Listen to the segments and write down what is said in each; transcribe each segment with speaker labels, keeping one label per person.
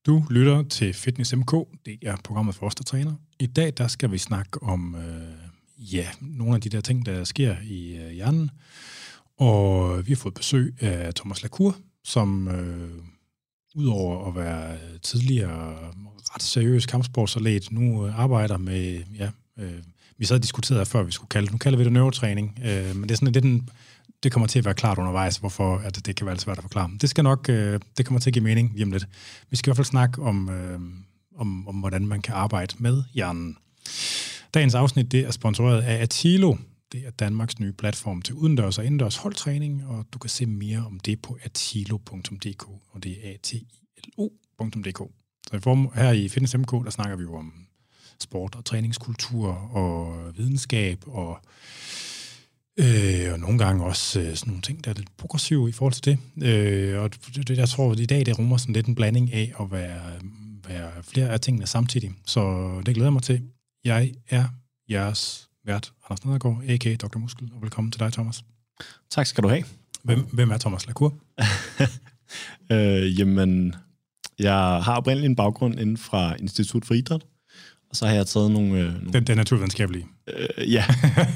Speaker 1: Du lytter til Fitness MK, det er programmet for os, der træner. I dag der skal vi snakke om nogle af de der ting, der sker i hjernen. Og vi har fået besøg af Thomas Lacour, som udover at være tidligere ret seriøs kampsportsatlet, nu arbejder med, vi sad og diskuterede før, vi skulle kalde det, nu kalder vi det neurotræning, men det er sådan lidt det kommer til at være klart undervejs, hvorfor at det kan være svært at forklare. Det skal nok, det kommer til at give mening lige om lidt. Vi skal i hvert fald snakke om hvordan man kan arbejde med hjernen. Dagens afsnit, det er sponsoreret af Atilo. Det er Danmarks nye platform til udendørs og indendørs holdtræning, og du kan se mere om det på atilo.dk, og det er atilo.dk. Så her i Fitness MK, der snakker vi jo om sport og træningskultur og videnskab og nogle gange også sådan nogle ting, der er lidt progressive i forhold til det. Og jeg tror, at i dag det rummer sådan lidt en blanding af at være flere af tingene samtidig. Så det glæder mig til. Jeg er jeres vært, Anders Nedergaard, a.k.a. Dr. Muskel, og velkommen til dig, Thomas.
Speaker 2: Tak skal du have.
Speaker 1: Hvem er Thomas Lacour?
Speaker 2: Jamen, jeg har oprindeligt en baggrund inden fra Institut for Idræt, og så har jeg taget nogle...
Speaker 1: Den naturvidenskabelige?
Speaker 2: Ja.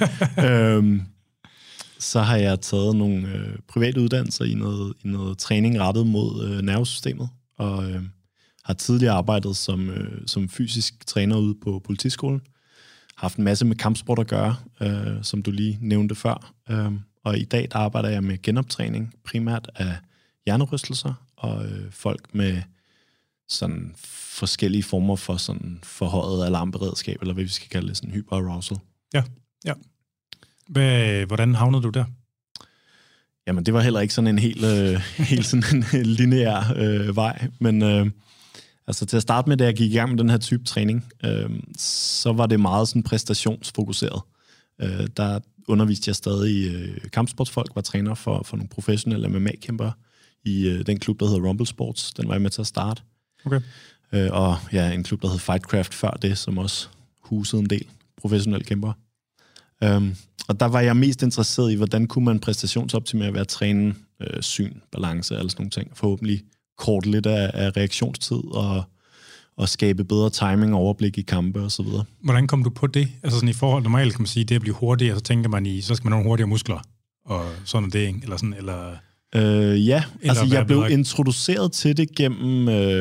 Speaker 2: Så har jeg taget nogle private uddannelser i noget træning rettet mod nervesystemet, og har tidligere arbejdet som fysisk træner ude på politiskolen. Haft en masse med kampsport at gøre, som du lige nævnte før. Og i dag der arbejder jeg med genoptræning, primært af hjernerystelser, og folk med sådan forskellige former for sådan forhøjet alarmberedskab, eller hvad vi skal kalde det, sådan hyperarousal.
Speaker 1: Ja. Hvordan havnede du der?
Speaker 2: Jamen, det var heller ikke sådan en helt sådan en lineær vej, men altså til at starte med, da jeg gik i gang med den her type træning, så var det meget sådan præstationsfokuseret. Der underviste jeg stadig kampsportsfolk, var træner for nogle professionelle MMA-kæmpere i den klub, der hedder Rumble Sports. Den var jeg med til at starte.
Speaker 1: Okay.
Speaker 2: Og ja, en klub, der hed Fightcraft før det, som også husede en del professionelle kæmpere. Og der var jeg mest interesseret i, hvordan kunne man præstationsoptimere ved at træne syn, balance og alle sådan nogle ting. Forhåbentlig korte lidt af reaktionstid og skabe bedre timing og overblik i kampe og så videre.
Speaker 1: Hvordan kom du på det? Altså sådan i forhold, normalt kan man sige, det at blive hurtigere, så tænker man så skal man have nogle hurtigere muskler og sådan det, ikke? Eller sådan, eller...
Speaker 2: Ja, altså jeg blev introduceret til det gennem...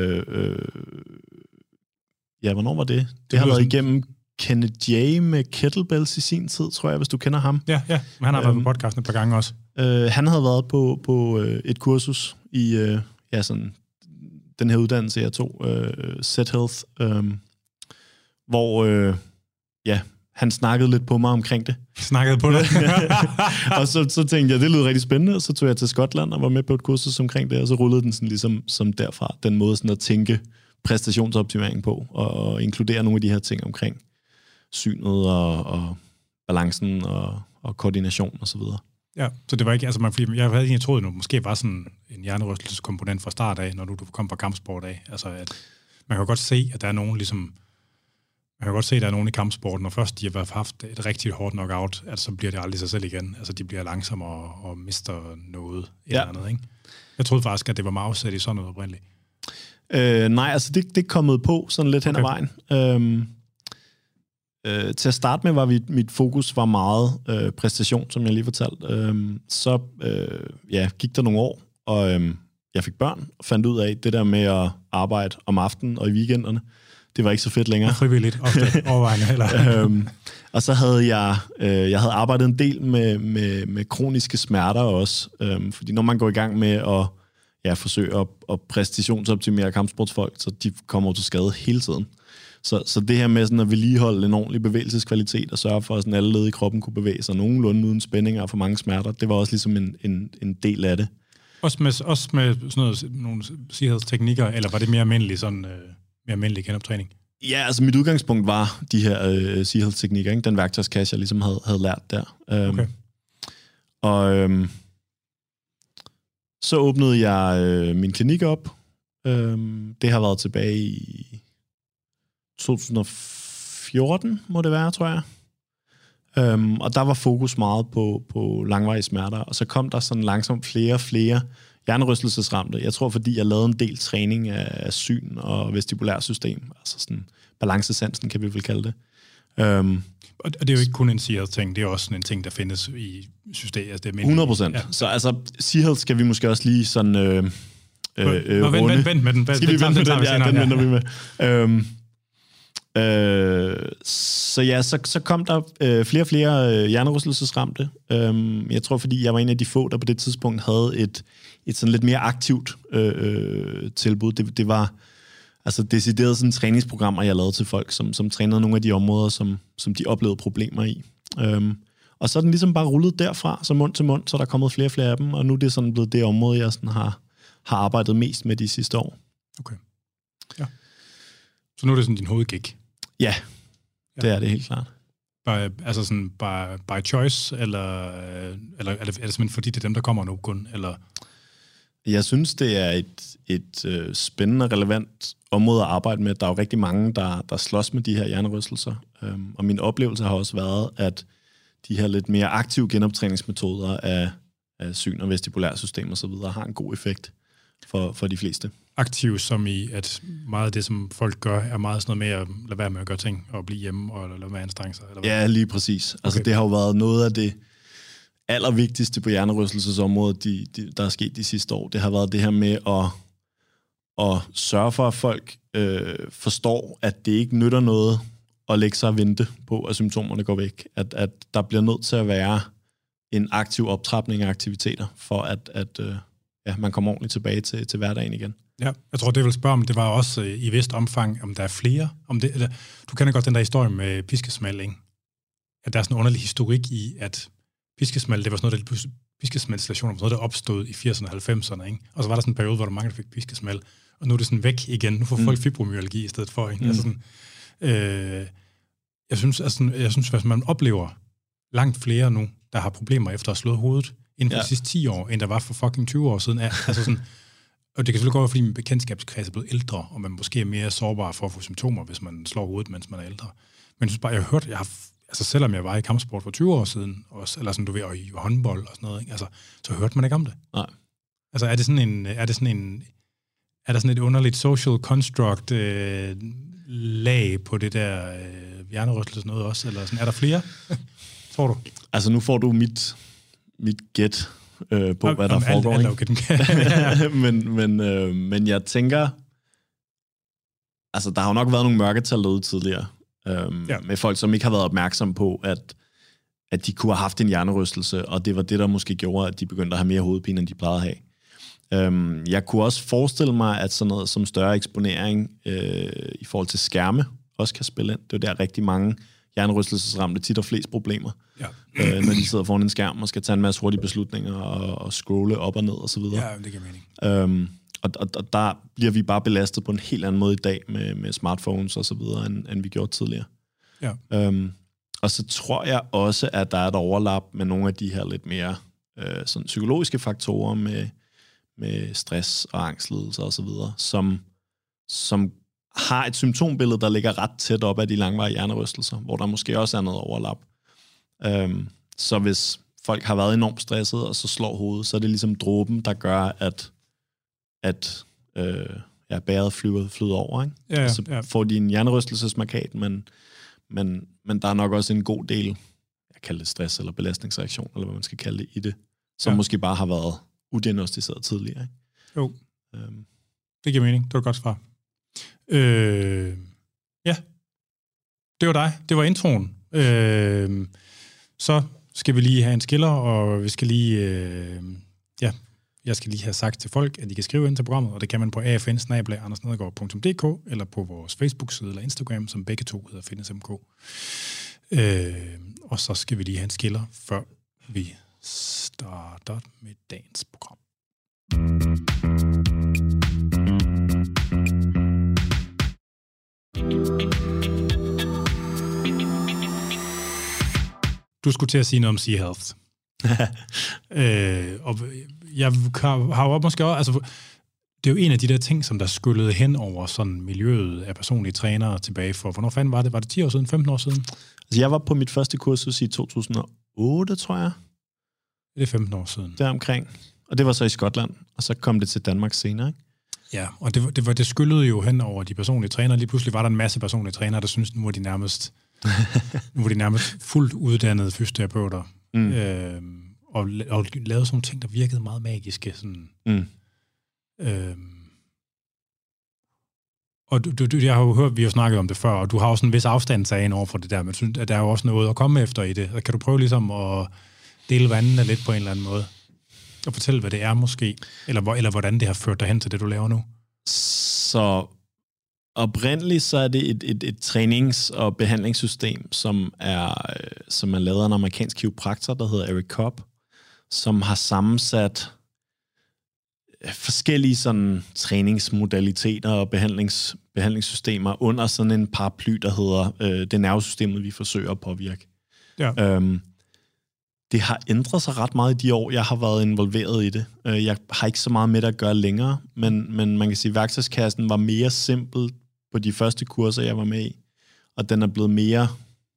Speaker 2: hvornår var det? Det har været igennem Kenneth J. med kettlebells i sin tid, tror jeg, hvis du kender ham.
Speaker 1: Ja, men han har været på podcasten et par gange også.
Speaker 2: Han havde været på et kursus i sådan den her uddannelse, jeg tog, Set Health, hvor han snakkede lidt på mig omkring det.
Speaker 1: Snakkede på det?
Speaker 2: Og så tænkte jeg, det lød rigtig spændende, og så tog jeg til Skotland og var med på et kursus omkring det, og så rullede den sådan ligesom som derfra, den måde sådan at tænke præstationsoptimering på, og inkludere nogle af de her ting omkring synet og balancen og koordination og så videre.
Speaker 1: Ja, så det var ikke, altså jeg havde egentlig troet, at det måske var sådan en hjernerystelseskomponent fra start af, når du kom fra kampsport af. Altså, at man kan godt se, at der er nogen i kampsporten, når først de har haft et rigtig hårdt knockout, at så bliver det aldrig sig selv igen. Altså, de bliver langsommere og mister noget eller andet, ikke? Jeg troede faktisk, at det var meget afsat i sådan noget oprindeligt.
Speaker 2: Nej, altså det kommet på sådan lidt hen ad vejen. Til at starte med var mit fokus var meget præstation, som jeg lige fortalte. Så gik der nogle år, og jeg fik børn, og fandt ud af det der med at arbejde om aftenen og i weekenderne. Det var ikke så fedt længere.
Speaker 1: Frivilligt, ofte overvejende heller.
Speaker 2: Og så havde jeg havde arbejdet en del med kroniske smerter også. Fordi når man går i gang med at forsøge at præstationsoptimere kampsportsfolk, så de kommer til skade hele tiden. Så det her med sådan at vedligeholde en ordentlig bevægelseskvalitet og sørge for, at sådan alle led i kroppen kunne bevæge sig nogenlunde uden spændinger og for mange smerter, det var også ligesom en del af det.
Speaker 1: Også med sådan nogle sikkerhedsteknikker, eller var det mere almindelig genoptræning?
Speaker 2: Ja, altså mit udgangspunkt var de her sikkerhedsteknikker, ikke? Den værktøjskasse, jeg ligesom havde lært der.
Speaker 1: Okay.
Speaker 2: Og så åbnede jeg min klinik op. Det har været tilbage i 2014, må det være, tror jeg. Og der var fokus meget på langvarige smerter, og så kom der sådan langsomt flere hjernerystelsesramte. Jeg tror, fordi jeg lavede en del træning af syn og vestibulærsystem, altså sådan balancesansen, kan vi vel kalde det.
Speaker 1: Og det er jo ikke kun en Sea-Health-ting, det er også en ting, der findes i systemet. Altså
Speaker 2: 100%. Ja. Så altså, Sea-Health skal vi måske også lige sådan runde.
Speaker 1: Vent med den.
Speaker 2: Skal vi vente med den? Ja, den venter vi med. Så kom der flere og flere hjernerystelsesramte. Jeg tror, fordi jeg var en af de få, der på det tidspunkt havde et sådan lidt mere aktivt tilbud. Det var altså decideret sådan træningsprogrammer, jeg lavede til folk, som trænede nogle af de områder, som de oplevede problemer i. Og så er den ligesom bare rullet derfra, så mund til mund, så der er kommet flere og flere af dem, og nu er det sådan blevet det område, jeg sådan har arbejdet mest med de sidste år. Okay.
Speaker 1: Ja. Så nu er det sådan din hovedgig?
Speaker 2: Ja, det er det helt klart.
Speaker 1: Altså sådan by choice, eller er det simpelthen fordi, det er dem, der kommer nu kun? Eller?
Speaker 2: Jeg synes, det er et spændende og relevant område at arbejde med. Der er jo rigtig mange, der slås med de her hjernerystelser. Og min oplevelse har også været, at de her lidt mere aktive genoptræningsmetoder af syn- og vestibulærsystem og så videre har en god effekt for de fleste.
Speaker 1: Aktiv som i, at meget af det, som folk gør, er meget sådan noget med at lade være med at gøre ting, og blive hjemme, og lade være med at anstrenge sig? Eller hvad?
Speaker 2: Ja, lige præcis. Altså, det har jo været noget af det allervigtigste på hjernerystelsesområdet, der er sket de sidste år. Det har været det her med at sørge for, at folk forstår, at det ikke nytter noget at lægge sig og vente på, at symptomerne går væk. At der bliver nødt til at være en aktiv optrapning af aktiviteter, for at man kommer ordentligt tilbage til hverdagen igen.
Speaker 1: Ja, jeg tror, det vil spørge om, det var også i vist omfang, om der er flere. Om det, eller, du kender godt den der historie med piskesmæld, ikke? At der er sådan en underlig historik i, at piskesmæld, det var sådan noget, piskesmældstationer var noget, der opstod i 80'erne og 90'erne, ikke? Og så var der sådan en periode, hvor der mange, der fik piskesmæld, og nu er det sådan væk igen. Nu får folk fibromyalgi i stedet for, ikke? Altså sådan, jeg synes, hvis man oplever langt flere nu, der har problemer efter at have slået hovedet inden for de sidste 10 år, end der var for fucking 20 år siden. Altså sådan, og det kan selvfølgelig godt være, fordi min bekendtskabskreds er blevet ældre, og man måske er mere sårbar for at få symptomer, hvis man slår hovedet, mens man er ældre. Men jeg synes bare, altså selvom jeg var i kampsport for 20 år siden, også, eller sådan, du ved, og i håndbold og sådan noget, ikke? Altså, så hørte man ikke om det. Nej. Altså, er der sådan et underligt social construct lag på det der hjernerystelse noget også, eller sådan, er der flere? Tror du?
Speaker 2: Altså, nu får du mit gæt på, hvad der foregår. Men jeg tænker, altså, der har jo nok været nogle mørketal derude tidligere, med folk, som ikke har været opmærksomme på, at de kunne have haft en hjernerystelse, og det var det, der måske gjorde, at de begyndte at have mere hovedpine, end de plejede at have. Jeg kunne også forestille mig, at sådan noget som større eksponering i forhold til skærme også kan spille ind. Det er der rigtig mange hjernerystelsesramte tit og flest problemer, når de sidder foran en skærm og skal tage en masse hurtige beslutninger og scrolle op og ned og så videre.
Speaker 1: Ja, det giver mening.
Speaker 2: Og der bliver vi bare belastet på en helt anden måde i dag med smartphones og så videre, end vi gjorde tidligere. Ja. Og så tror jeg også, at der er et overlap med nogle af de her lidt mere sådan psykologiske faktorer med stress og angstlidelser og så videre, som har et symptombillede, der ligger ret tæt op af de langvarige hjernerystelser, hvor der måske også er noget overlap. Så hvis folk har været enormt stresset, og så slår hovedet, så er det ligesom dråben, der gør, at bæret flyder over. Ikke? Ja. Så får de en hjernerystelsesmarkat, men der er nok også en god del, jeg kalder det stress eller belastningsreaktion, eller hvad man skal kalde det i det, som måske bare har været udiagnostiseret tidligere. Ikke?
Speaker 1: Jo, det giver mening. Det var et godt svar. Ja, det var dig. Det var introen. Så skal vi lige have en skiller, og vi skal lige... jeg skal lige have sagt til folk, at de kan skrive ind til programmet, og det kan man på afn@andersnedergaard.dk eller på vores Facebook-side eller Instagram, som begge to hedder FitnessMK. Og så skal vi lige have en skiller, før vi starter med dagens program. Du skulle til at sige noget om Sea Health. Og jeg har jo måske også, altså, det er jo en af de der ting, som der skyllede hen over sådan miljøet af personlige trænere tilbage for. Hvornår fanden var det? Var det 10 år siden? 15 år siden?
Speaker 2: Altså, jeg var på mit første kursus i 2008, tror jeg.
Speaker 1: Det er 15 år siden.
Speaker 2: Deromkring. Og det var så i Skotland, og så kom det til Danmark senere, ikke?
Speaker 1: Ja, og det skyllede jo hen over de personlige trænere. Lige pludselig var der en masse personlige trænere, der syntes, nu var de nærmest fuldt uddannede fysioterapeuter. Og lavede sådan nogle ting, der virkede meget magiske. Sådan. Og jeg har jo hørt, vi har snakket om det før, og du har også en vis afstandtagen over for det der, men synes, at der er jo også noget at komme efter i det. Kan du prøve ligesom at dele vandene lidt på en eller anden måde? Og fortælle, hvad det er måske, eller hvordan det har ført dig hen til det, du laver nu?
Speaker 2: Så oprindeligt så er det et trænings- og behandlingssystem, som er lavet af en amerikansk kiropraktor, der hedder Eric Cobb, som har sammensat forskellige sådan træningsmodaliteter og behandlingssystemer under sådan en paraply, der hedder det nervesystemet, vi forsøger at påvirke.
Speaker 1: Ja.
Speaker 2: Det har ændret sig ret meget i de år, jeg har været involveret i det. Jeg har ikke så meget med det at gøre længere, men man kan sige, at værktøjskassen var mere simpel på de første kurser, jeg var med i, og den er blevet mere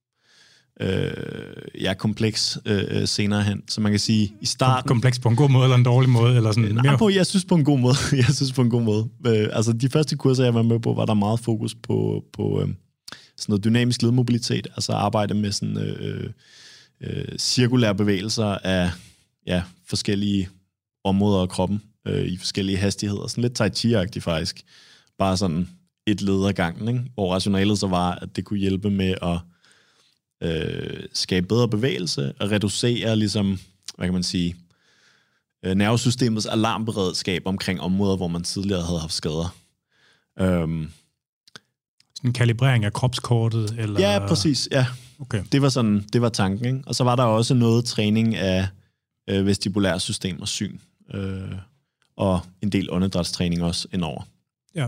Speaker 2: kompleks senere hen. Så man kan sige, i starten...
Speaker 1: Kompleks på en god måde, eller en dårlig måde? Eller sådan,
Speaker 2: jeg synes på en god måde. Altså, de første kurser, jeg var med på, var der meget fokus på sådan noget dynamisk ledmobilitet, altså arbejde med sådan... cirkulære bevægelser af forskellige områder af kroppen i forskellige hastigheder. Sådan lidt tai chi-agtigt faktisk. Bare sådan et led ad gangen, ikke? Hvor rationalet så var, at det kunne hjælpe med at skabe bedre bevægelse og reducere ligesom, hvad kan man sige, nervesystemets alarmberedskab omkring områder, hvor man tidligere havde haft skader.
Speaker 1: Sådan en kalibrering af kropskortet? Eller?
Speaker 2: Ja, præcis, ja.
Speaker 1: Okay.
Speaker 2: Det var tanken, ikke? Og så var der også noget træning af vestibulære system og syn. Og en del åndedrætstræning også indover.
Speaker 1: Ja.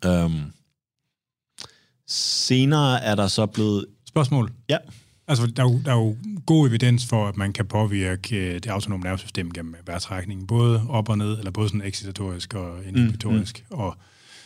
Speaker 2: Senere er der så blevet...
Speaker 1: Spørgsmål?
Speaker 2: Ja.
Speaker 1: Altså, der er jo god evidens for, at man kan påvirke det autonome nervesystem gennem vejrtrækning. Både op og ned, eller både sådan excitatorisk og inhibitorisk. Og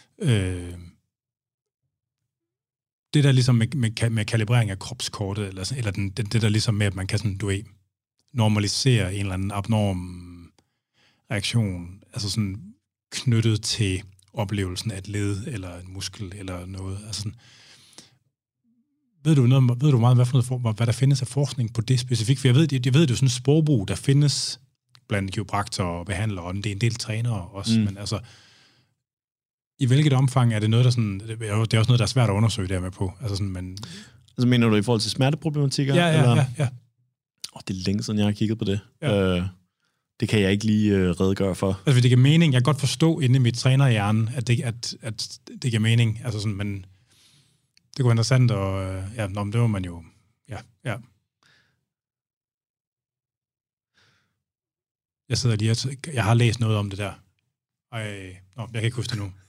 Speaker 1: det der ligesom med kalibrering af kropskortet, eller det der ligesom med, at man kan sådan, normalisere en eller anden abnorm reaktion, altså sådan knyttet til oplevelsen af et led, eller en muskel, eller noget. Altså sådan, ved du meget, hvad der findes af forskning på det specifikt? For jeg ved det er sådan en sprogbrug, der findes blandt kiropraktorer og behandlere, og det er en del trænere også, men altså, i hvilket omfang er det noget, der sådan... Det er også noget, der er svært at undersøge dermed på. Altså sådan, men...
Speaker 2: Altså mener du i forhold til smerteproblematikker?
Speaker 1: Ja.
Speaker 2: Det er længe siden, jeg har kigget på det. Ja. Det kan jeg ikke lige redegøre for.
Speaker 1: Altså, det giver mening. Jeg kan godt forstå inde i mit trænerhjerne, at det giver mening. Altså sådan, men det kunne være interessant, og det var man jo... Ja. Jeg sidder lige og... Jeg har læst noget om det der. Jeg kan ikke huske det nu.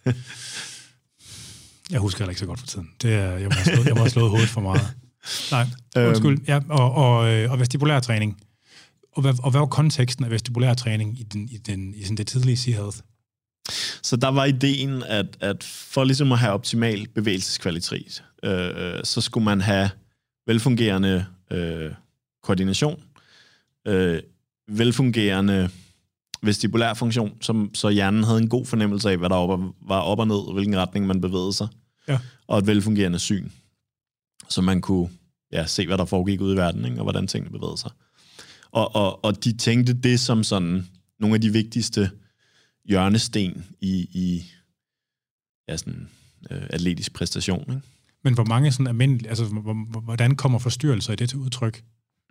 Speaker 1: Jeg husker heller ikke så godt for tiden. Jeg må have slået hovedet for meget. Nej, undskyld. Ja, og vestibulær træning. Og hvad var konteksten af vestibulær træning i sådan det tidlige Sea-Health?
Speaker 2: Så der var ideen, at for ligesom at have optimal bevægelseskvalitet, så skulle man have velfungerende koordination, velfungerende vestibulær funktion, så hjernen havde en god fornemmelse af, hvad der var op og ned, og hvilken retning man bevægede sig. Ja. Og et velfungerende syn, så man kunne se, hvad der foregik ude i verden, ikke? Og hvordan tingene bevægede sig. Og de tænkte det som sådan nogle af de vigtigste hjørnesten i sådan atletisk præstation. Ikke?
Speaker 1: Men hvor mange sådan almindelige, altså hvordan kommer forstyrrelser i det til udtryk?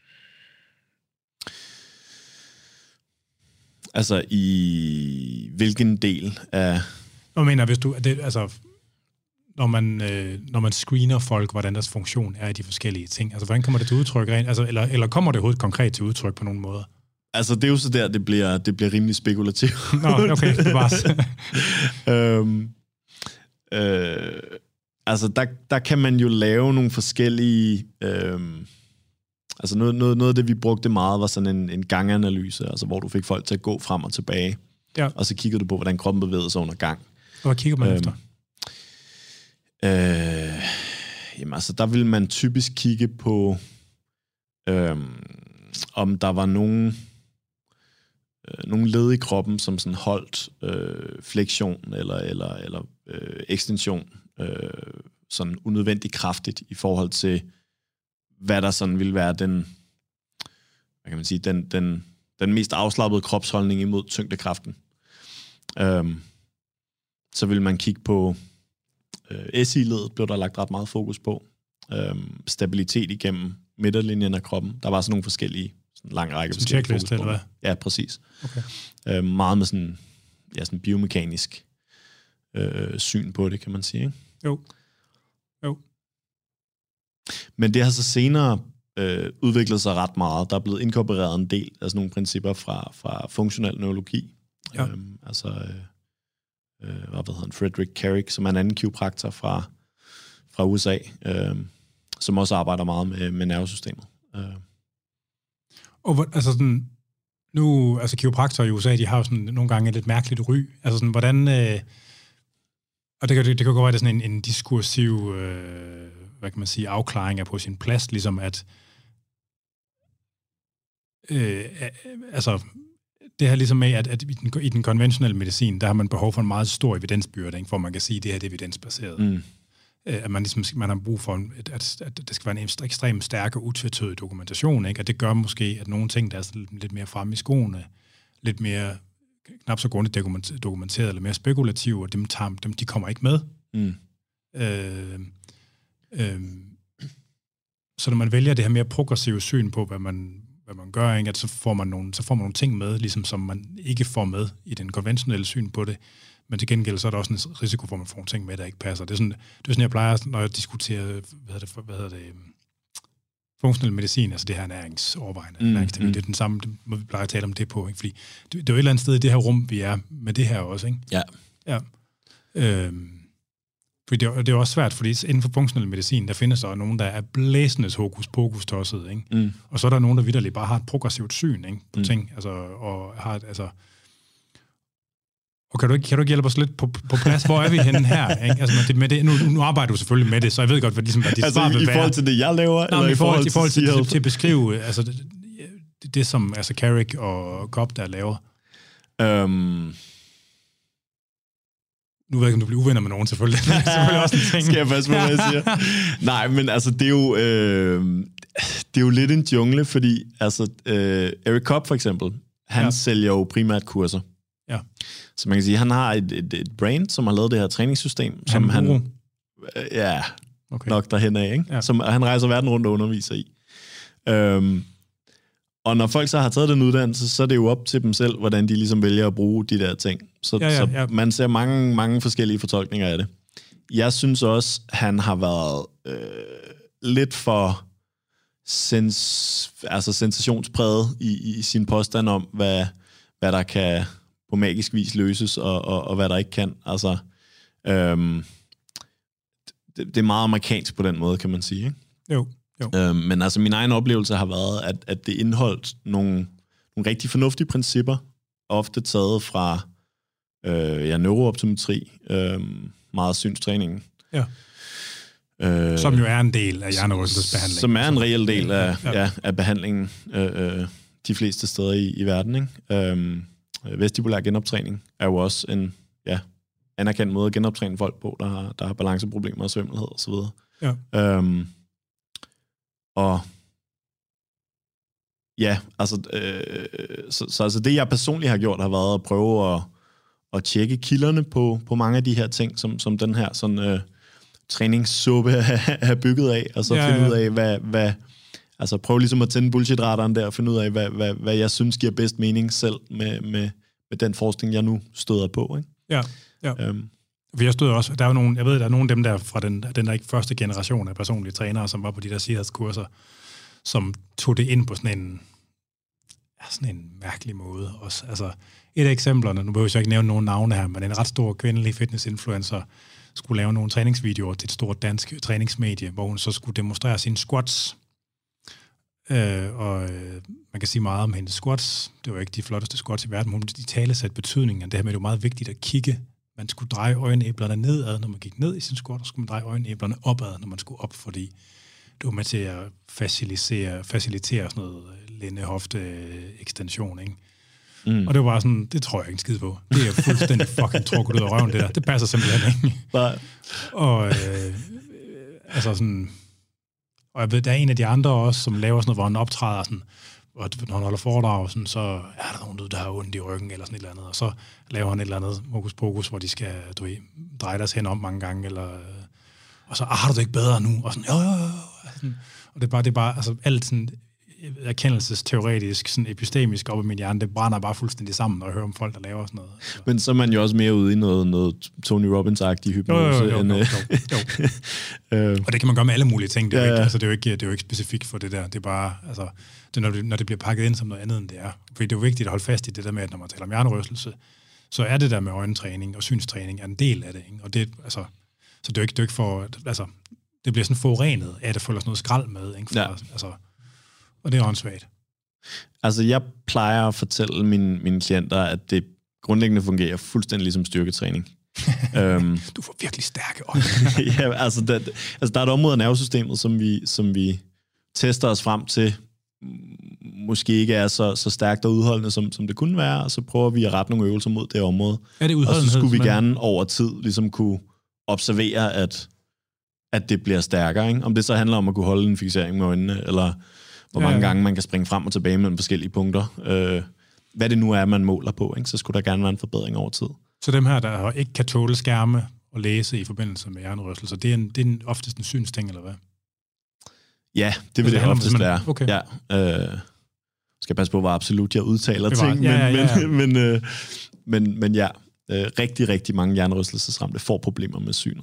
Speaker 2: Altså i hvilken del af...
Speaker 1: Jeg mener, hvis du... Når man screener folk, hvordan deres funktion er i de forskellige ting. Altså, hvordan kommer det til udtryk rent? Altså, eller kommer det overhovedet konkret til udtryk på nogen måder?
Speaker 2: Altså, det er jo så der, det bliver rimelig spekulativt.
Speaker 1: Nå, okay, det var
Speaker 2: altså, der kan man jo lave nogle forskellige... altså, noget af det, vi brugte meget, var sådan en ganganalyse, altså, hvor du fik folk til at gå frem og tilbage. Ja. Og så kiggede du på, hvordan kroppen bevægede sig under gang.
Speaker 1: Og hvad kigger man efter?
Speaker 2: Jamen altså, der vil man typisk kigge på, om der var nogen nogle led i kroppen, som sådan holdt fleksion eller ekstension sådan unødvendigt kraftigt i forhold til, hvad der sådan ville være den, hvad kan man sige, den mest afslappede kropsholdning imod tyngdekraften. Så vil man kigge på SI-ledet, blev der lagt ret meget fokus på. Stabilitet igennem midterlinjen af kroppen. Der var sådan nogle forskellige, sådan en lang række forskellige
Speaker 1: checkliste, eller hvad?
Speaker 2: Ja, præcis.
Speaker 1: Okay.
Speaker 2: Meget med sådan biomekanisk syn på det, kan man sige. Ikke?
Speaker 1: Jo.
Speaker 2: Men det har så senere udviklet sig ret meget. Der er blevet inkorporeret en del af sådan nogle principper fra funktionel neurologi.
Speaker 1: Ja.
Speaker 2: Hvad hedder han? Frederick Carrick, som er en anden kiropraktor fra USA, som også arbejder meget med nervesystemet.
Speaker 1: Og altså sådan, nu, altså kiropraktorer i USA, de har jo sådan nogle gange et lidt mærkeligt ry. Altså sådan, hvordan, og det kan godt være, at det er sådan en diskursiv, hvad kan man sige, afklaring er på sin plads, ligesom at, altså, det her ligesom med, at i den konventionelle medicin, der har man behov for en meget stor evidensbyrde, ikke, for man kan sige, at det her er evidensbaseret.
Speaker 2: Mm.
Speaker 1: At man har brug for, at det skal være en ekstremt stærk og utvetydig dokumentation, ikke? Og det gør måske, at nogle ting, der er lidt mere fremme i skoene, lidt mere knap så grundigt dokumenteret, eller mere spekulative, og de kommer ikke med.
Speaker 2: Mm.
Speaker 1: Så når man vælger det her mere progressive syn på, hvad man gør, ikke? At så får man nogle ting med, ligesom som man ikke får med i den konventionelle syn på det. Men til gengæld så er der også en risiko for, at man får nogle ting med, der ikke passer. Det er sådan, jeg plejer, når jeg diskuterer, funktionel medicin, altså det her ernæringsovervejende. Det er den samme, det må vi pleje at tale om det på, ikke? Fordi det er jo et eller andet sted i det her rum, vi er med det her også, ikke?
Speaker 2: Ja.
Speaker 1: Fordi det er også svært, fordi inden for funktionel medicin, der findes der nogen, der er blæsendes hokus-pokus-tosset, ikke?
Speaker 2: Mm.
Speaker 1: Og så er der nogen, der vitterligt bare har et progressivt syn, ikke? På ting, altså, og har et, altså. Og kan du ikke hjælpe os lidt på plads? Hvor er vi henne her? Ikke? Altså, med det, nu arbejder du selvfølgelig med det, så jeg ved godt, hvad dit svar vil være.
Speaker 2: I forhold til det, jeg laver?
Speaker 1: Eller i forhold til at beskrive altså, det som altså Carrick og Cobb, der laver. Nu ved jeg ikke, om du bliver uvenner med nogen, selvfølgelig. Det er selvfølgelig også en ting.
Speaker 2: Skal jeg passe på, hvad jeg siger? Nej, men altså, det er jo lidt en jungle, fordi altså, Eric Cobb for eksempel, han sælger jo primært kurser.
Speaker 1: Ja.
Speaker 2: Så man kan sige, han har et brand, som har lavet det her træningssystem, som han nok derhen af, ikke? Ja. Som han rejser verden rundt og underviser i. Og når folk så har taget den uddannelse, så er det jo op til dem selv, hvordan de ligesom vælger at bruge de der ting. Så man ser mange forskellige fortolkninger af det. Jeg synes også, han har været lidt for sensationspræget i sin påstand om, hvad der kan på magisk vis løses, og hvad der ikke kan. Altså, det er meget amerikansk på den måde, kan man sige, ikke?
Speaker 1: Jo.
Speaker 2: Men altså, min egen oplevelse har været, at det indeholdt nogle rigtig fornuftige principper, ofte taget fra neurooptometri, meget synstræningen.
Speaker 1: Ja. Som jo er en del af hjernerystelsesbehandlingen.
Speaker 2: Som er en reel del af behandlingen de fleste steder i verden, ikke? Vestibulær genoptræning er jo også en anerkendt måde at genoptræne folk på, der har balanceproblemer og svimmelhed og så videre.
Speaker 1: Ja.
Speaker 2: Og ja, altså, så altså det, jeg personligt har gjort, har været at prøve at tjekke kilderne på mange af de her ting, som den her sådan, træningssuppe er bygget af, og så finde ud af, hvad altså prøve ligesom at tænde bullshit-radaren der, og finde ud af, hvad jeg synes giver bedst mening selv med den forskning, jeg nu støder på, ikke?
Speaker 1: Ja. For jeg stod også, der er jo nogle, jeg ved, der er nogle af dem der fra den der ikke første generation af personlige trænere, som var på de der sikkerhedskurser, som tog det ind på sådan en mærkelig måde også. Altså, et af eksemplerne, nu behøver jeg ikke nævne nogen navne her, men en ret stor kvindelig fitness-influencer skulle lave nogle træningsvideoer til et stort dansk træningsmedie, hvor hun så skulle demonstrere sine squats. Man kan sige meget om hendes squats. Det var ikke de flotteste squats i verden, men de talesætte betydningen af det her med, det var meget vigtigt at kigge. Man skulle dreje øjenæblerne nedad, når man gik ned i sin squat, og skulle man dreje øjenæblerne opad, når man skulle op, fordi det var med til at facilitere sådan noget lænde-hofte-ekstension, ikke? Og det var bare sådan, det tror jeg ikke en skid på. Det er fuldstændig fucking trukket ud af røven, det der. Det passer simpelthen ikke. Og altså sådan... Og jeg ved, der er en af de andre også, som laver sådan noget, hvor han optræder sådan, og når han holder foredrag, sådan, så er der nogen, der har ondt i ryggen, eller sådan et eller andet, og så laver han et eller andet hokus pokus, hvor de skal dreje deres hænder om mange gange, eller, og så, har du det ikke bedre nu? Og sådan, jo. Sådan, og det er bare altså, alt sådan erkendelsesteoretisk, sådan epistemisk op i min hjerne, det brænder bare fuldstændig sammen, når jeg hører om folk, der laver sådan noget. Altså.
Speaker 2: Men så er man jo også mere ude i noget Tony Robbins-agtig hypnose.
Speaker 1: Jo. Og det kan man gøre med alle mulige ting. Det er, ikke, altså, det er jo ikke specifikt for det der. Det er bare, altså, det er, når det bliver pakket ind som noget andet, end det er. Fordi det er jo vigtigt at holde fast i det der med, at når man taler om hjernerystelse, så er det der med øjentræning og synstræning er en del af det. Ikke? Og det, altså, så det er jo ikke for, altså, det bliver sådan forurenet af, at der følger sådan noget skrald med. Ikke? For, altså, og det er åndssvagt.
Speaker 2: Altså, jeg plejer at fortælle mine klienter, at det grundlæggende fungerer fuldstændig ligesom styrketræning.
Speaker 1: Du får virkelig stærke øjne.
Speaker 2: Ja, altså, der er et område af nervesystemet, som vi tester os frem til, måske ikke er så stærkt og udholdende, som det kunne være, og så prøver vi at rette nogle øvelser mod det område.
Speaker 1: Er det udholdenhed?
Speaker 2: Og så skulle vi gerne over tid ligesom kunne observere, at det bliver stærkere. Ikke? Om det så handler om at kunne holde en fiksering med øjnene, eller hvor mange gange man kan springe frem og tilbage mellem forskellige punkter. Hvad det nu er, man måler på, ikke? Så skulle der gerne være en forbedring over tid.
Speaker 1: Så dem her, der ikke kan tåle skærme og læse i forbindelse med hjernerystelser, det er oftest en synsting, eller hvad?
Speaker 2: Ja, det vil det oftest være.
Speaker 1: Okay.
Speaker 2: Ja, skal passe på, hvor absolut jeg udtaler ting, men ja, rigtig, rigtig mange hjernerystelsesramte får problemer med synet.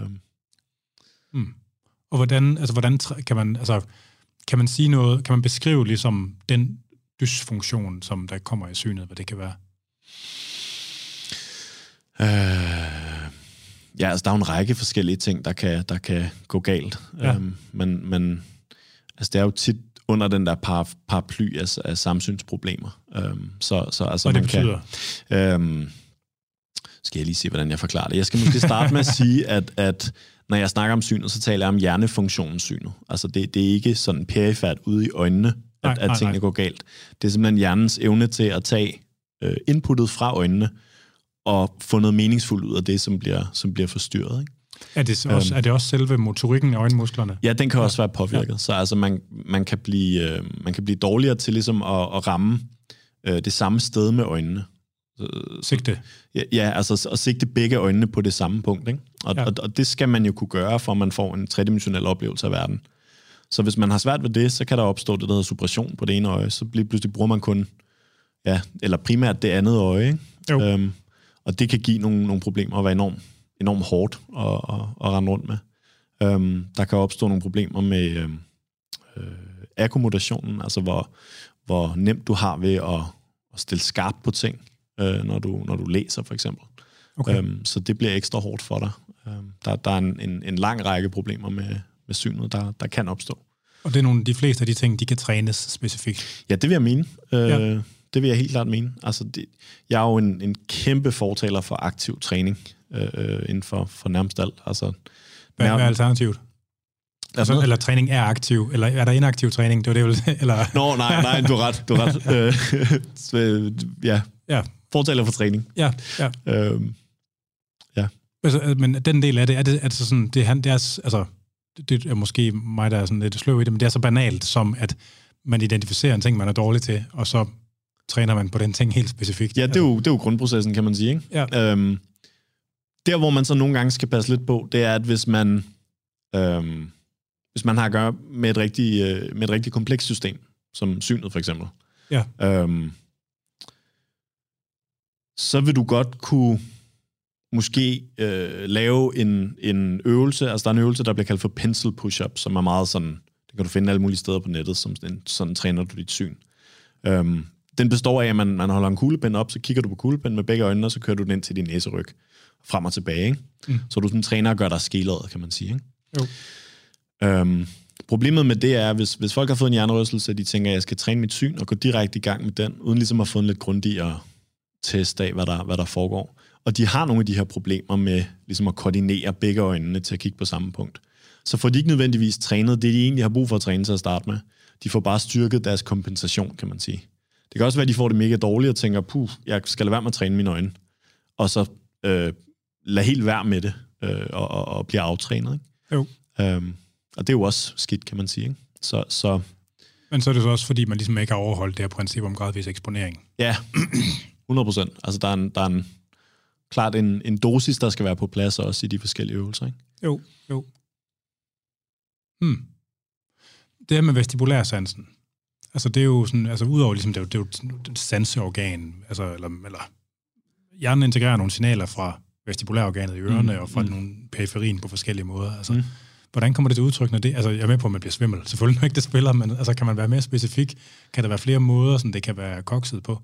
Speaker 1: Og hvordan kan man, altså, kan man sige noget, kan man beskrive ligesom den dysfunktion, som der kommer i synet, hvad det kan være?
Speaker 2: Ja, altså der er jo en række forskellige ting, der kan gå galt. Ja. Men altså, det er jo tit under den der paraply af samsynsproblemer. Så altså,
Speaker 1: hvad det betyder?
Speaker 2: Skal jeg lige se, hvordan jeg forklarer det. Jeg skal måske starte med at sige, at når jeg snakker om synet, så taler jeg om hjernefunktionssynet. Altså det er ikke sådan perifært ude i øjnene, at tingene går galt. Det er simpelthen hjernens evne til at tage inputtet fra øjnene og få noget meningsfuldt ud af det, som bliver forstyrret. Ikke?
Speaker 1: Er det også selve motorikken af øjenmusklerne?
Speaker 2: Ja, den kan også være påvirket. Ja. Så altså man kan blive dårligere til ligesom at ramme det samme sted med øjnene.
Speaker 1: Sigte?
Speaker 2: Ja, altså at sigte begge øjnene på det samme punkt. Ikke? Og det skal man jo kunne gøre, for at man får en tredimensionel oplevelse af verden. Så hvis man har svært ved det, så kan der opstå det, der hedder suppression på det ene øje. Så pludselig bruger man kun, eller primært det andet øje. Ikke? Og det kan give nogle problemer og være enormt hårdt at rende rundt med. Der kan opstå nogle problemer med akkommodation, altså hvor nemt du har ved at stille skarpt på ting, når du læser, for eksempel. Okay. Så det bliver ekstra hårdt for dig. Der er en lang række problemer med synet, der kan opstå.
Speaker 1: Og det er de fleste af de ting, de kan trænes specifikt?
Speaker 2: Ja, det vil jeg mene. Det vil jeg helt klart mene. Altså, jeg er jo en kæmpe fortaler for aktiv træning inden for nærmest alt. Altså,
Speaker 1: hvad er alternativet? Altså, eller træning er aktiv, eller er der inaktiv træning? Det var det vel? Eller?
Speaker 2: Nå, nej, du har ret. Ja. Fortaler for træning.
Speaker 1: Ja. Altså, men den del af det, er det så sådan, det er måske mig, der er sådan lidt sløv i det, men det er så banalt, som at man identificerer en ting, man er dårlig til, og så træner man på den ting helt specifikt.
Speaker 2: Ja, det er jo grundprocessen, kan man sige. Ikke? Ja. Der, hvor man så nogle gange skal passe lidt på, det er, at hvis man har at gøre med et rigtig komplekst system, som synet for eksempel, så vil du godt kunne måske lave en øvelse, altså der er en øvelse, der bliver kaldt for pencil push-up, som er meget sådan, det kan du finde alle mulige steder på nettet, som sådan træner du dit syn. Den består af, at man holder en kuglepen op, så kigger du på kuglepen med begge øjne, og så kører du den ind til din næseryg, frem og tilbage. Ikke? Så du sådan træner og gør dig skeleret, kan man sige. Ikke? Jo. Problemet med det er, hvis folk har fået en hjernerystelse, og de tænker, at jeg skal træne mit syn og gå direkte i gang med den, uden ligesom at få en lidt grundigere test af, hvad der foregår. Og de har nogle af de her problemer med ligesom at koordinere begge øjnene til at kigge på samme punkt. Så får de ikke nødvendigvis trænet det, de egentlig har brug for at træne til at starte med. De får bare styrket deres kompensation, kan man sige. Det kan også være, at de får det mega dårligt og tænker, jeg skal lade være med at træne mine øjne. Og så lade helt være med det og blive aftrænet. Ikke?
Speaker 1: Jo.
Speaker 2: Og det er jo også skidt, kan man sige. Ikke? Så
Speaker 1: men så er det så også, fordi man ligesom ikke har overholdt det her princip om gradvis eksponering.
Speaker 2: Ja, 100%. Altså, der er klart en dosis, der skal være på plads også i de forskellige øvelser, ikke?
Speaker 1: Jo. Det her med vestibulærsansen, altså det er jo sådan, altså udover ligesom, det er jo et sanseorgan, altså, eller hjernen integrerer nogle signaler fra vestibulærorganet i ørerne og fra nogle periferien på forskellige måder, altså. Hvordan kommer det til udtryk, når det... Altså, jeg er med på, at man bliver svimmel. Selvfølgelig ikke det spiller, men altså, kan man være mere specifik? Kan der være flere måder, som det kan være kokset på?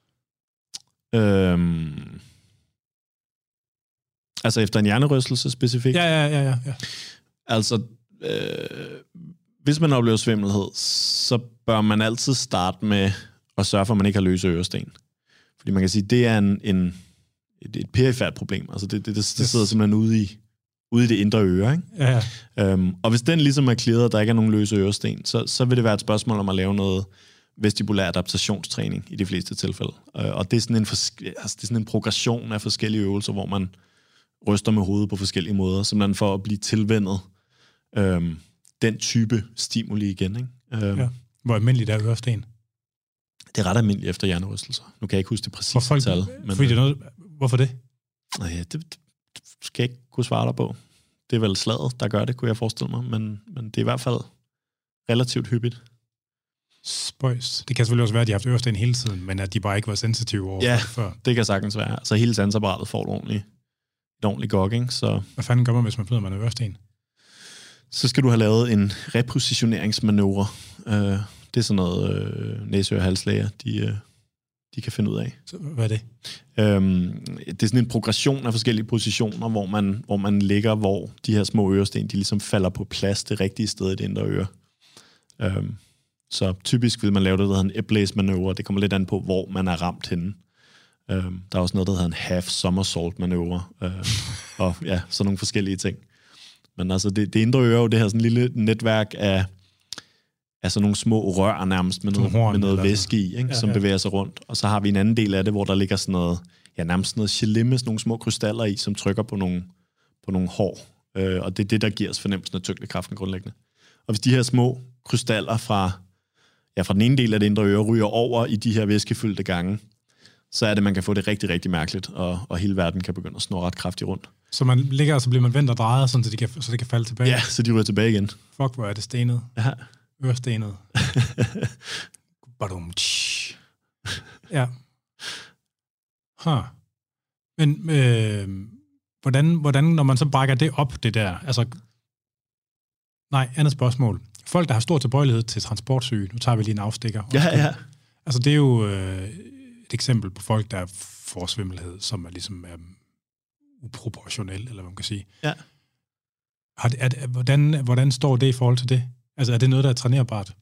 Speaker 2: Altså efter en hjernerystelse specifikt?
Speaker 1: Ja.
Speaker 2: Altså, hvis man oplever svimmelhed, så bør man altid starte med at sørge for, at man ikke har løse øresten. Fordi man kan sige, det er et perifært problem. Altså, det sidder simpelthen ude i det indre øre, ikke?
Speaker 1: Ja.
Speaker 2: Og hvis den ligesom er clearet, og der ikke er nogen løse øresten, så vil det være et spørgsmål om at lave noget vestibulær adaptationstræning i de fleste tilfælde. Og det er sådan en progression af forskellige øvelser, hvor man ryster med hovedet på forskellige måder, simpelthen for at blive tilvænnet den type stimuli igen, ikke?
Speaker 1: Hvor almindeligt er øresten?
Speaker 2: Det er ret almindeligt efter hjernerystelser. Nu kan jeg ikke huske det præcise tal.
Speaker 1: Hvorfor det?
Speaker 2: Nej, det skal jeg ikke kunne svare dig på. Det er vel slaget, der gør det, kunne jeg forestille mig, men det er i hvert fald relativt hyppigt.
Speaker 1: Spøjs. Det kan selvfølgelig også være, at de har haft øresten hele tiden, men at de bare ikke var sensitive over før.
Speaker 2: Det kan sagtens være. Så hele sansapparatet får et ordentligt gogging. Så
Speaker 1: hvad fanden gør man, hvis man finder, man er øresten?
Speaker 2: Så skal du have lavet en repositioneringsmanøvre. Det er sådan noget næse- og halslæger, de kan finde ud af.
Speaker 1: Så hvad er det?
Speaker 2: Det er sådan en progression af forskellige positioner, hvor man ligger, hvor de her små øresten, de ligesom falder på plads det rigtige sted i det indre øre. Så typisk vil man lave det, der hedder en Eblase-manøvre. Det kommer lidt an på, hvor man er ramt henne. Der er også noget, der hedder en half somersault-manøvre. Og ja, sådan nogle forskellige ting. Men altså, det indre øre er jo det her sådan lille netværk af sådan nogle små rør nærmest med noget væske i, ikke? Som bevæger sig rundt. Og så har vi en anden del af det, hvor der ligger sådan noget, nærmest noget gelé med sådan nogle små krystaller i, som trykker på nogle hår. Og det er det, der giver os fornemmelsen af tyngdekraften grundlæggende. Og hvis de her små krystaller fra den ene del af det indre øre ryger over i de her væskefyldte gange, så er det, man kan få det rigtig, rigtig mærkeligt, og hele verden kan begynde at snurre ret kraftigt rundt.
Speaker 1: Så man ligger, og så bliver man vendt og drejet, så det kan falde tilbage?
Speaker 2: Ja, så de ryger tilbage igen.
Speaker 1: Fuck, hvor er det stenet.
Speaker 2: Ja.
Speaker 1: Ørestenet. Ja. Men hvordan, når man så brækker det op, det der, altså... Nej, andet spørgsmål. Folk, der har stor tilbøjelighed til transportsyge, nu tager vi lige en afstikker.
Speaker 2: Ja.
Speaker 1: Altså, det er jo et eksempel på folk, der får svimmelhed, som er ligesom uproportionel, eller hvad man kan sige.
Speaker 2: Ja.
Speaker 1: Hvordan står det i forhold til det? Altså, er det noget, der er trænerbart?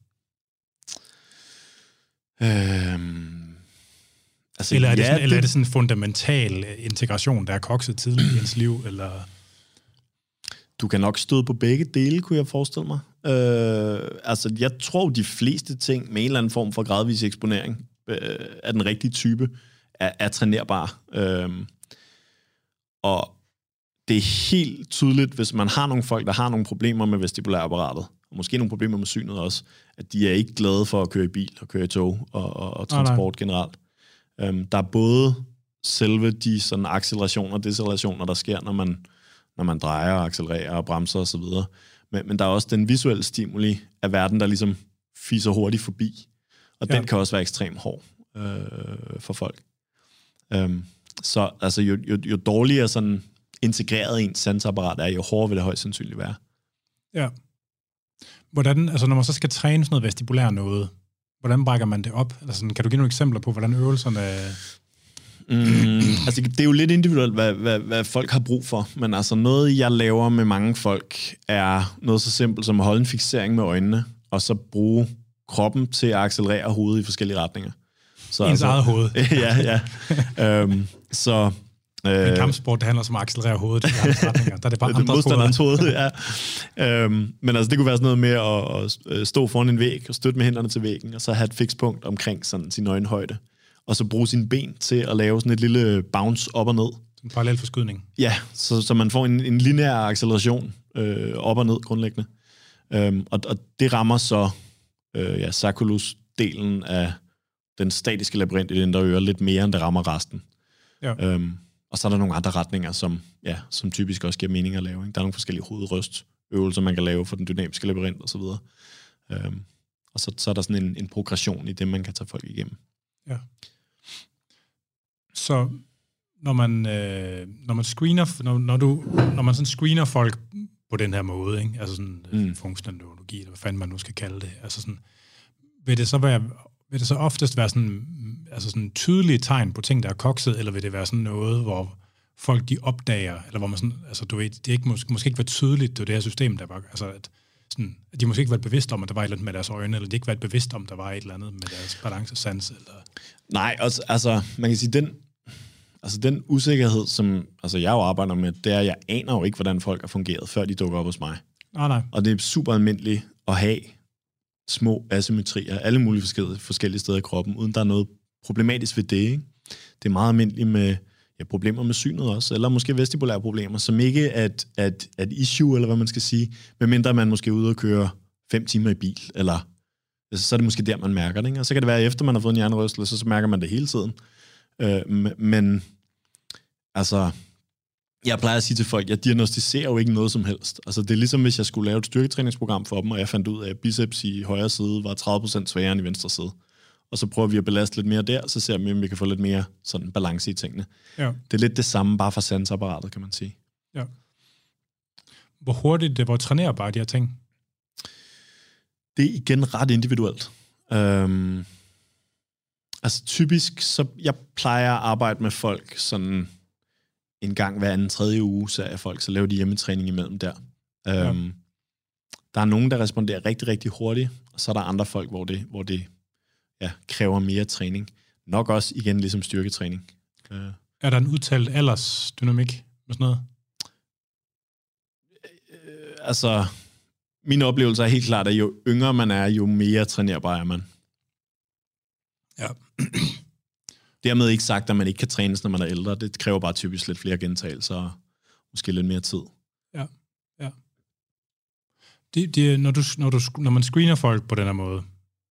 Speaker 1: Altså, eller er det sådan en fundamental integration, der er kokset tidligt i ens liv, eller...
Speaker 2: Du kan nok støde på begge dele, kunne jeg forestille mig. Altså, jeg tror, de fleste ting med en eller anden form for gradvis eksponering af den rigtige type er trænerbare. Og det er helt tydeligt, hvis man har nogle folk, der har nogle problemer med vestibulærapparatet, og måske nogle problemer med synet også, at de er ikke glade for at køre i bil og køre i tog og transport generelt. Der er både selve de sådan accelerationer og decelerationer, der sker, når man drejer og accelererer og bremser osv. Men der er også den visuelle stimuli af verden, der ligesom fiser hurtigt forbi. Og den kan også være ekstremt hård for folk. Så altså, jo dårligere sådan integreret ens sansapparat er, jo hårdere vil det højst sandsynligt være. Ja.
Speaker 1: Hvordan, altså når man så skal træne sådan noget vestibulær noget, hvordan brækker man det op? Altså, kan du give nogle eksempler på, hvordan øvelserne...
Speaker 2: Altså, det er jo lidt individuelt, hvad folk har brug for, men altså noget, jeg laver med mange folk, er noget så simpelt som at holde en fiksering med øjnene, og så bruge kroppen til at accelerere hovedet i forskellige retninger. Så,
Speaker 1: ens eget hoved.
Speaker 2: Ja. Så
Speaker 1: En kampsport, det handler om at accelerere hovedet i andre retninger. Der er det bare andre
Speaker 2: modstanderens hoved, ja. Men altså, det kunne være sådan noget med at stå foran en væg og støtte med hænderne til væggen, og så have et fikspunkt omkring sådan sin øjenhøjde, og så bruge sine ben til at lave sådan et lille bounce op og ned.
Speaker 1: En parallel forskydning.
Speaker 2: Ja, så man får en lineær acceleration op og ned grundlæggende. Og det rammer så sacculus-delen af den statiske labyrint i det indre øre lidt mere, end det rammer resten. Ja. Og så er der nogle andre retninger, som typisk også giver mening at lave. Ikke? Der er nogle forskellige hovedrystøvelser, man kan lave for den dynamiske labyrint osv. Og så er der sådan en progression i det, man kan tage folk igennem.
Speaker 1: Ja. Så når man screener, når man sådan screener folk på den her måde, ikke? Altså sådan funktionel neurologi, eller hvad fanden man nu skal kalde det, altså sådan, vil det så oftest være sådan, altså sådan tydelige tegn på ting, der er kokset, eller vil det være sådan noget, hvor folk de opdager, eller hvor man sådan, altså du ved, det er ikke, måske ikke være tydeligt, det er det her system, der var, altså at de måske ikke været bevidst om, at der var et eller andet med deres øjne, eller de ikke været bevidst om, at der var et eller andet med deres balancesans, eller... Nej,
Speaker 2: altså man kan sige, den usikkerhed, som jeg jo arbejder med, det er, at jeg aner jo ikke, hvordan folk har fungeret, før de dukker op hos mig.
Speaker 1: Nej.
Speaker 2: Og det er super almindeligt at have små asymmetrier, alle mulige forskellige steder i kroppen, uden der er noget problematisk ved det. Ikke? Det er meget almindeligt med problemer med synet også, eller måske vestibulære problemer, som ikke er et issue, eller hvad man skal sige, medmindre man måske er ude og køre 5 timer i bil, eller så er det måske der, man mærker det. Ikke? Og så kan det være, efter man har fået en hjernerystelse, så mærker man det hele tiden. Men altså, jeg plejer at sige til folk, jeg diagnostiserer jo ikke noget som helst. Altså, det er ligesom, hvis jeg skulle lave et styrketræningsprogram for dem, og jeg fandt ud af, at biceps i højre side var 30% sværere end i venstre side. Og så prøver vi at belaste lidt mere der, så ser vi, om vi kan få lidt mere sådan balance i tingene. Ja. Det er lidt det samme, bare for sansapparatet, kan man sige.
Speaker 1: Ja. Hvor trænerbare de her ting?
Speaker 2: Det er igen ret individuelt. Altså typisk, så jeg plejer at arbejde med folk sådan en gang hver anden 3. uge, så er folk, så laver de hjemmetræning imellem der. Der er nogen, der responderer rigtig, rigtig hurtigt, og så er der andre folk, hvor det kræver mere træning. Nok også igen ligesom styrketræning.
Speaker 1: Er der en udtalt aldersdynamik med sådan noget?
Speaker 2: Altså, min oplevelse er helt klart, at jo yngre man er, jo mere trænerbar er man.
Speaker 1: Ja.
Speaker 2: Dermed ikke sagt, at man ikke kan trænes, når man er ældre. Det kræver bare typisk lidt flere gentagelser og måske lidt mere tid.
Speaker 1: Ja. Når man screener folk på den her måde,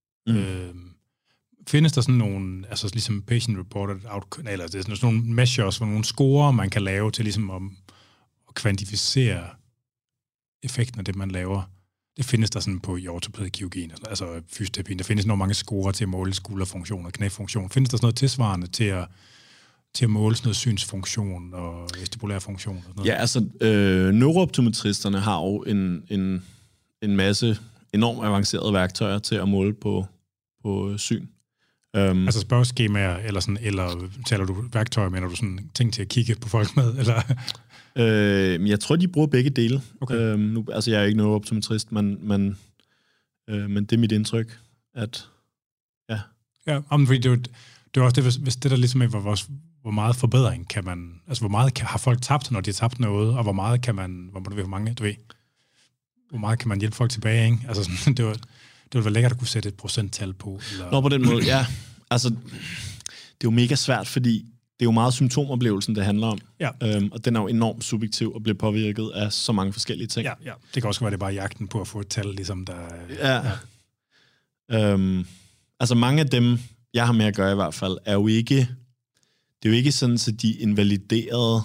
Speaker 1: findes der sådan nogle, altså ligesom patient-reported outcome, eller det er sådan nogle measures, hvor nogle scorer, man kan lave til ligesom at kvantificere effekten af det, man laver. Det findes der sådan på i ortopædikirurgien, altså fysioterapien. Der findes nogle mange scorer til at måle skulderfunktion og knæfunktion. Findes der sådan noget tilsvarende til at måle sådan noget synsfunktion og vestibulær funktion? Og sådan noget?
Speaker 2: Ja, altså neurooptometristerne har jo en masse enormt avancerede værktøjer til at måle på syn.
Speaker 1: Altså spørgeskemaer, eller taler du værktøjer, mener du sådan ting til at kigge på folk med? Eller?
Speaker 2: Jeg tror, de bruger begge dele.
Speaker 1: Okay.
Speaker 2: Nu, altså, jeg er ikke neurooptometrist, men det er mit indtryk, at ja.
Speaker 1: Ja, fordi det er også det, hvis det der ligesom er, hvor meget forbedring kan man, altså hvor meget har folk tabt, når de har tabt noget, og hvor meget kan man, hvor meget kan man hjælpe folk tilbage, ikke? Altså sådan, det ville være lækkert at kunne sætte et procenttal på. Eller...
Speaker 2: Nå, på den måde, ja. Altså, det er jo mega svært, fordi det er jo meget symptomoplevelsen, det handler om. Ja. Og den er jo enormt subjektiv og bliver påvirket af så mange forskellige ting.
Speaker 1: Ja. Det kan også være, det er bare jagten på at få et tal, ligesom der...
Speaker 2: Ja. Altså mange af dem, jeg har med at gøre i hvert fald, er jo ikke... Det er jo ikke sådan, at de invaliderede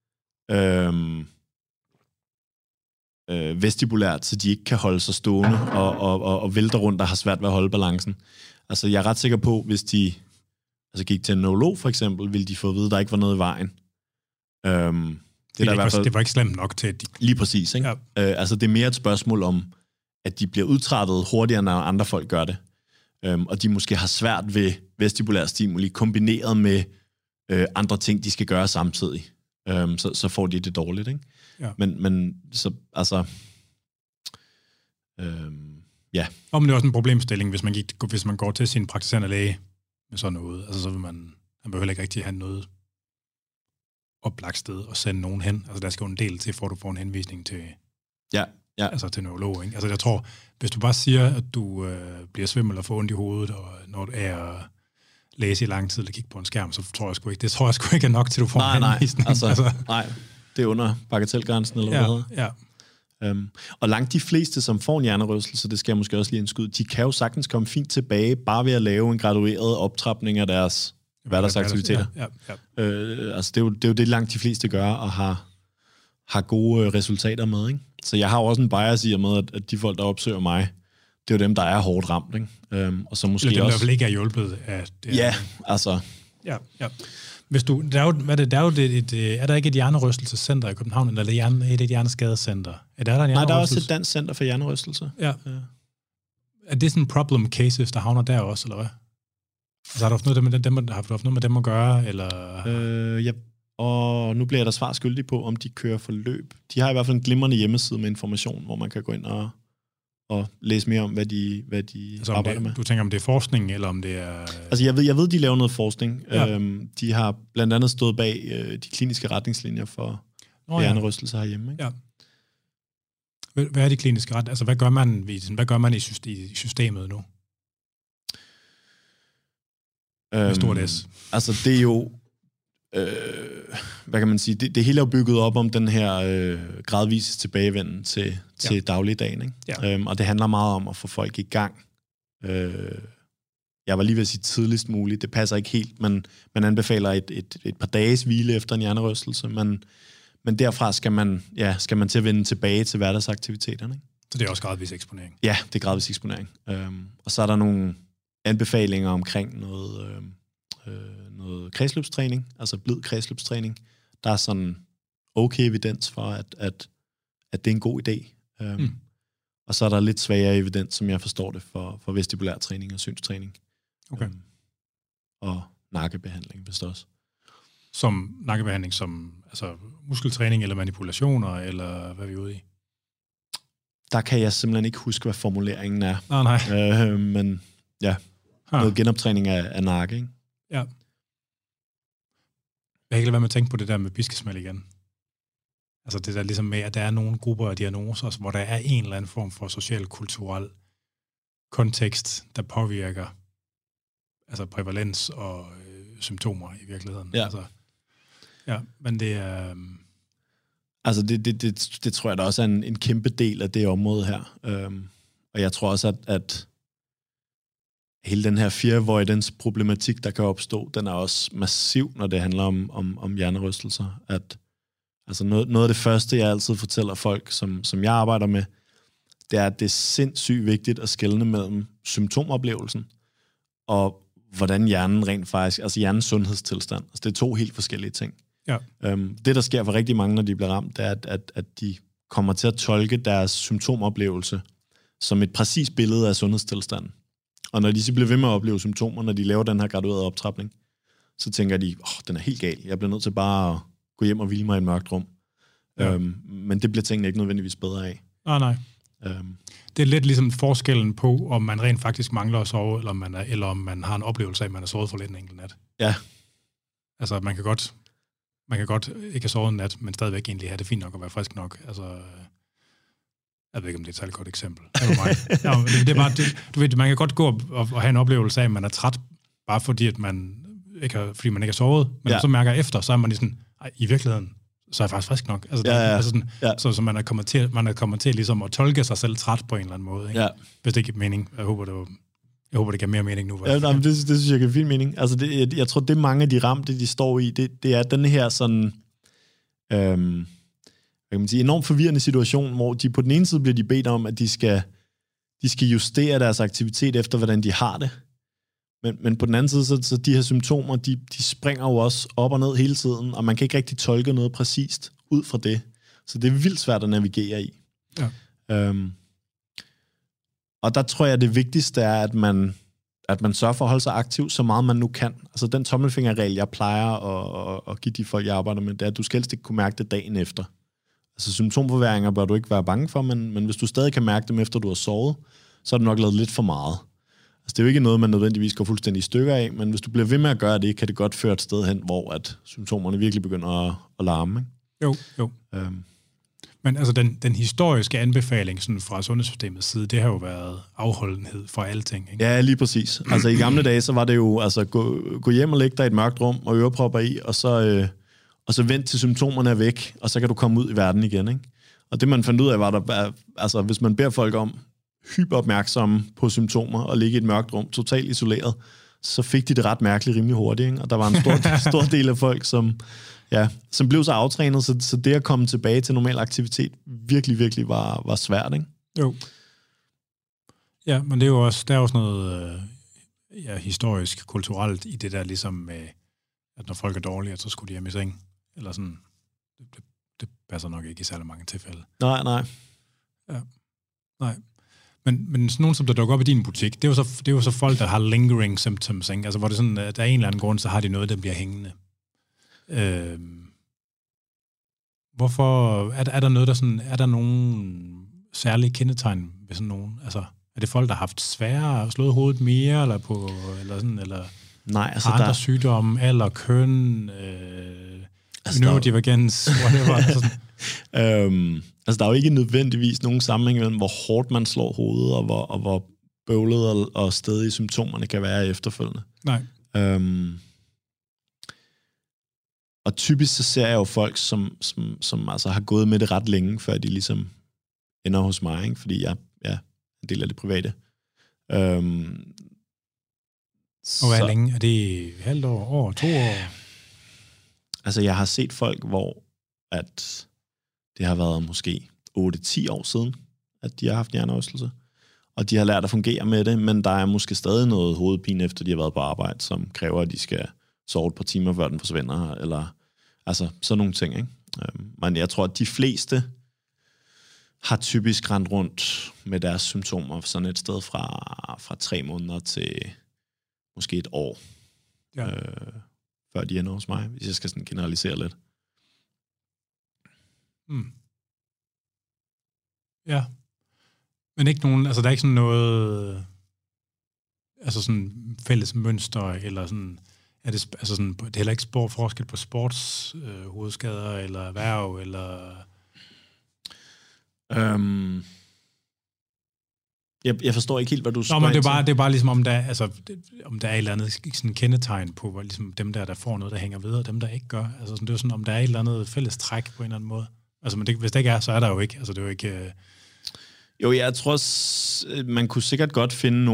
Speaker 2: vestibulært, så de ikke kan holde sig stående og vælter rundt og har svært ved at holde balancen. Altså jeg er ret sikker på, hvis de gik til en neurolog for eksempel, ville de få at vide, at der ikke var noget i vejen.
Speaker 1: Det var ikke slemt nok til, at de...
Speaker 2: Lige præcis, ikke? Ja. Altså det er mere et spørgsmål om, at de bliver udtrættet hurtigere, når andre folk gør det. Og de måske har svært ved vestibulær stimuli, kombineret med andre ting, de skal gøre samtidig. Så får de det dårligt, ikke? Ja. Men så, altså... ja.
Speaker 1: Og men det er også en problemstilling, hvis man går til sin praktiserende læge med sådan noget. Altså så vil han vil heller ikke rigtig have noget oplagt sted at sende nogen hen. Altså, der skal jo en del til, for at du får en henvisning til,
Speaker 2: Ja.
Speaker 1: altså, til neurolog, ikke? Altså, jeg tror, hvis du bare siger, at du bliver svimmel og får ondt i hovedet, og når du er læse i lang tid eller kigge på en skærm, så tror jeg sgu ikke, er nok til, du får en henvisning.
Speaker 2: Nej, det er under bagatelgrænsen, eller hvad det hedder.
Speaker 1: Ja.
Speaker 2: Og langt de fleste, som får en hjernerystelse, det skal jeg måske også lige indskyde, de kan jo sagtens komme fint tilbage, bare ved at lave en gradueret optrapning af deres hverdagsaktiviteter.
Speaker 1: Ja.
Speaker 2: Altså det er jo det, langt de fleste gør, og har gode resultater med, ikke? Så jeg har jo også en bias i og med, at de folk, der opsøger mig, det er jo dem, der er hårdt ramt, ikke? Og så måske
Speaker 1: eller dem,
Speaker 2: også...
Speaker 1: der i hvert fald ikke er hjulpet af det.
Speaker 2: Ja, altså...
Speaker 1: Ja. Hvis du, er der ikke et hjernerystelsescenter i København, eller et hjerneskadecenter?
Speaker 2: Nej, der er også et dansk center for hjernerystelse.
Speaker 1: Ja. Er det sådan en problem cases, der havner der også, eller hvad? Altså, har du haft noget med dem at gøre, eller...
Speaker 2: Ja, og nu bliver jeg da svar skyldig på, om de kører forløb. De har i hvert fald en glimrende hjemmeside med information, hvor man kan gå ind og læse mere om, hvad de altså, arbejder med.
Speaker 1: Du tænker, om det er forskning, eller om det er...
Speaker 2: Altså, jeg ved, de laver noget forskning.
Speaker 1: Ja.
Speaker 2: De har blandt andet stået bag de kliniske retningslinjer for hjernerystelse herhjemme, ikke?
Speaker 1: Ja. Hvad er de kliniske ret? Altså, hvad gør man i systemet nu? Med stort S.
Speaker 2: Altså, det er jo... hvad kan man sige? Det hele er jo bygget op om den her gradvise tilbagevenden til dagligdagen, ikke?
Speaker 1: Ja.
Speaker 2: Og det handler meget om at få folk i gang. Jeg var lige ved at sige tidligst muligt. Det passer ikke helt, men man anbefaler et par dages hvile efter en hjernerystelse, men derfra skal man til at vende tilbage til hverdagsaktiviteterne, ikke?
Speaker 1: Så det er også gradvis eksponering?
Speaker 2: Ja, det er gradvis eksponering. Og så er der nogle anbefalinger omkring noget kredsløbstræning, altså blid kredsløbstræning. Der er sådan okay evidens for, at det er en god idé. Og så er der lidt svagere evidens, som jeg forstår det, for vestibulær træning og synstræning.
Speaker 1: Okay.
Speaker 2: Og nakkebehandling, vist også.
Speaker 1: Som nakkebehandling, som altså muskeltræning eller manipulationer, eller hvad er vi ude i?
Speaker 2: Der kan jeg simpelthen ikke huske, hvad formuleringen er.
Speaker 1: Nej.
Speaker 2: Men ja, noget genoptræning af nakke, ikke?
Speaker 1: Ja. Jeg kan ikke lade være med at tænke på det der med piskesmæld igen. Altså det der ligesom med, at der er nogle grupper af diagnoser, hvor der er en eller anden form for social-kulturel kontekst, der påvirker altså prævalens og symptomer i virkeligheden.
Speaker 2: Ja.
Speaker 1: Altså, ja, men det er...
Speaker 2: Altså det tror jeg da også er en kæmpe del af det område her. Og jeg tror også, at hele den her fear avoidance problematik, der kan opstå, den er også massiv, når det handler om hjernerystelser. At, altså noget af det første, jeg altid fortæller folk, som jeg arbejder med, det er, at det er sindssygt vigtigt at skelne mellem symptomoplevelsen og hvordan hjernen rent faktisk, altså hjernens sundhedstilstand. Altså det er to helt forskellige ting.
Speaker 1: Ja.
Speaker 2: Det, der sker for rigtig mange, når de bliver ramt, det er, at de kommer til at tolke deres symptomoplevelse som et præcis billede af sundhedstilstanden. Og når de så bliver ved med at opleve symptomer, når de laver den her graduerede optrapning, så tænker de, den er helt gal. Jeg bliver nødt til bare at gå hjem og hvile mig i et mørkt rum. Ja. Men det bliver tingene ikke nødvendigvis bedre af.
Speaker 1: Nej. Det er lidt ligesom forskellen på, om man rent faktisk mangler at sove, eller om man har en oplevelse af, at man har sovet for lidt en enkelt nat.
Speaker 2: Ja.
Speaker 1: Altså, man kan godt ikke have sovet en nat, men stadigvæk egentlig have det fint nok at være frisk nok. Altså, jeg ved ikke, om det er et særligt godt eksempel. Det er bare, du ved, man kan godt gå og have en oplevelse af, at man er træt, bare fordi, at man ikke har sovet, men så mærker efter, så er man sådan, i virkeligheden, så er jeg faktisk frisk nok. Altså, altså sådan, så man er kommet til ligesom at tolke sig selv træt på en eller anden måde. Ikke? Ja. Hvis det ikke giver mening. Jeg håber, det giver mere mening nu.
Speaker 2: Ja, det synes jeg giver fin mening. Altså, jeg tror, det mange af de ramte, de står i, det er den her sådan... kan man sige, enormt forvirrende situation, hvor de på den ene side bliver de bedt om, at de skal justere deres aktivitet efter, hvordan de har det. Men på den anden side, så de her symptomer, de springer jo også op og ned hele tiden, og man kan ikke rigtig tolke noget præcist ud fra det. Så det er vildt svært at navigere i.
Speaker 1: Ja.
Speaker 2: Og der tror jeg, det vigtigste er, at man sørger for at holde sig aktiv så meget, man nu kan. Altså den tommelfingerregel, jeg plejer at give de folk, jeg arbejder med, det er, at du skal helst ikke kunne mærke det dagen efter. Altså symptomforværringer bør du ikke være bange for, men hvis du stadig kan mærke dem, efter du har sovet, så har du nok lavet lidt for meget. Altså, det er jo ikke noget, man nødvendigvis går fuldstændig i stykker af, men hvis du bliver ved med at gøre det, kan det godt føre et sted hen, hvor at symptomerne virkelig begynder at larme. Ikke?
Speaker 1: Jo. Men altså den historiske anbefaling sådan fra sundhedssystemets side, det har jo været afholdenhed for alting, ikke?
Speaker 2: Ja, lige præcis. Altså i gamle dage, så var det jo, altså gå hjem og lægge dig i et mørkt rum og ørepropper i, og så vent til symptomerne er væk, og så kan du komme ud i verden igen, ikke? Og det man fandt ud af, var der, altså hvis man beder folk om hyperopmærksomme på symptomer og ligge i et mørkt rum, totalt isoleret, så fik de det ret mærkeligt rimelig hurtigt, ikke? Og der var en stor del af folk, som blev så aftrænet, så det at komme tilbage til normal aktivitet virkelig, virkelig var svært, ikke?
Speaker 1: Jo. Ja, men det er jo også, der er også noget historisk, kulturelt i det der ligesom med, at når folk er dårlige, så skulle de hjem i seng. Eller sådan, det passer nok ikke i særlig mange tilfælde.
Speaker 2: Nej.
Speaker 1: Ja, nej. Men sådan nogen, som der dukker op i din butik, det er jo så folk, der har lingering symptoms, ikke? Altså hvor det sådan, at der er en eller anden grund, så har de noget, der bliver hængende. Hvorfor er der noget, der sådan, er der nogen særlige kendetegn ved sådan nogen? Altså, er det folk, der har haft sværere, slået hovedet mere, eller
Speaker 2: nej, altså
Speaker 1: har andre sygdomme, alder, køn, neurodivergens, whatever?
Speaker 2: Altså, der er jo ikke nødvendigvis nogen sammenhæng mellem, hvor hårdt man slår hovedet, og hvor bøvlet og stedige symptomerne kan være efterfølgende.
Speaker 1: Nej.
Speaker 2: Og typisk så ser jeg jo folk, som altså har gået med det ret længe, før de ligesom ender hos mig, ikke? Fordi jeg er en del af det private.
Speaker 1: Og hvad er længe? Er det halvt år, 2 år?
Speaker 2: Altså, jeg har set folk, hvor at det har været måske 8-10 år siden, at de har haft hjernerystelse. Og de har lært at fungere med det, men der er måske stadig noget hovedpine, efter de har været på arbejde, som kræver, at de skal sove et par timer, før den forsvinder, eller altså sådan nogle ting, ikke? Men jeg tror, at de fleste har typisk rendt rundt med deres symptomer sådan et sted fra 3 måneder til måske 1 år, før de ender hos mig, hvis jeg skal sådan generalisere lidt.
Speaker 1: Ja. Men ikke nogen, altså der er ikke sådan noget, altså sådan fælles mønster, eller sådan, er det, altså sådan, det er heller ikke forskel på sports hovedskader, eller erhverv, eller...
Speaker 2: Jeg forstår ikke helt, hvad du spørger.
Speaker 1: Nå, men det er bare ligesom, om der er et eller andet sådan kendetegn på, hvor ligesom dem der får noget, der hænger ved, og dem, der ikke gør. Altså sådan, det er sådan, om der er et eller andet fælles træk på en eller anden måde. Altså, men hvis det ikke er, så er der jo ikke. Altså, det er jo ikke...
Speaker 2: Jo, jeg tror, man kunne sikkert godt finde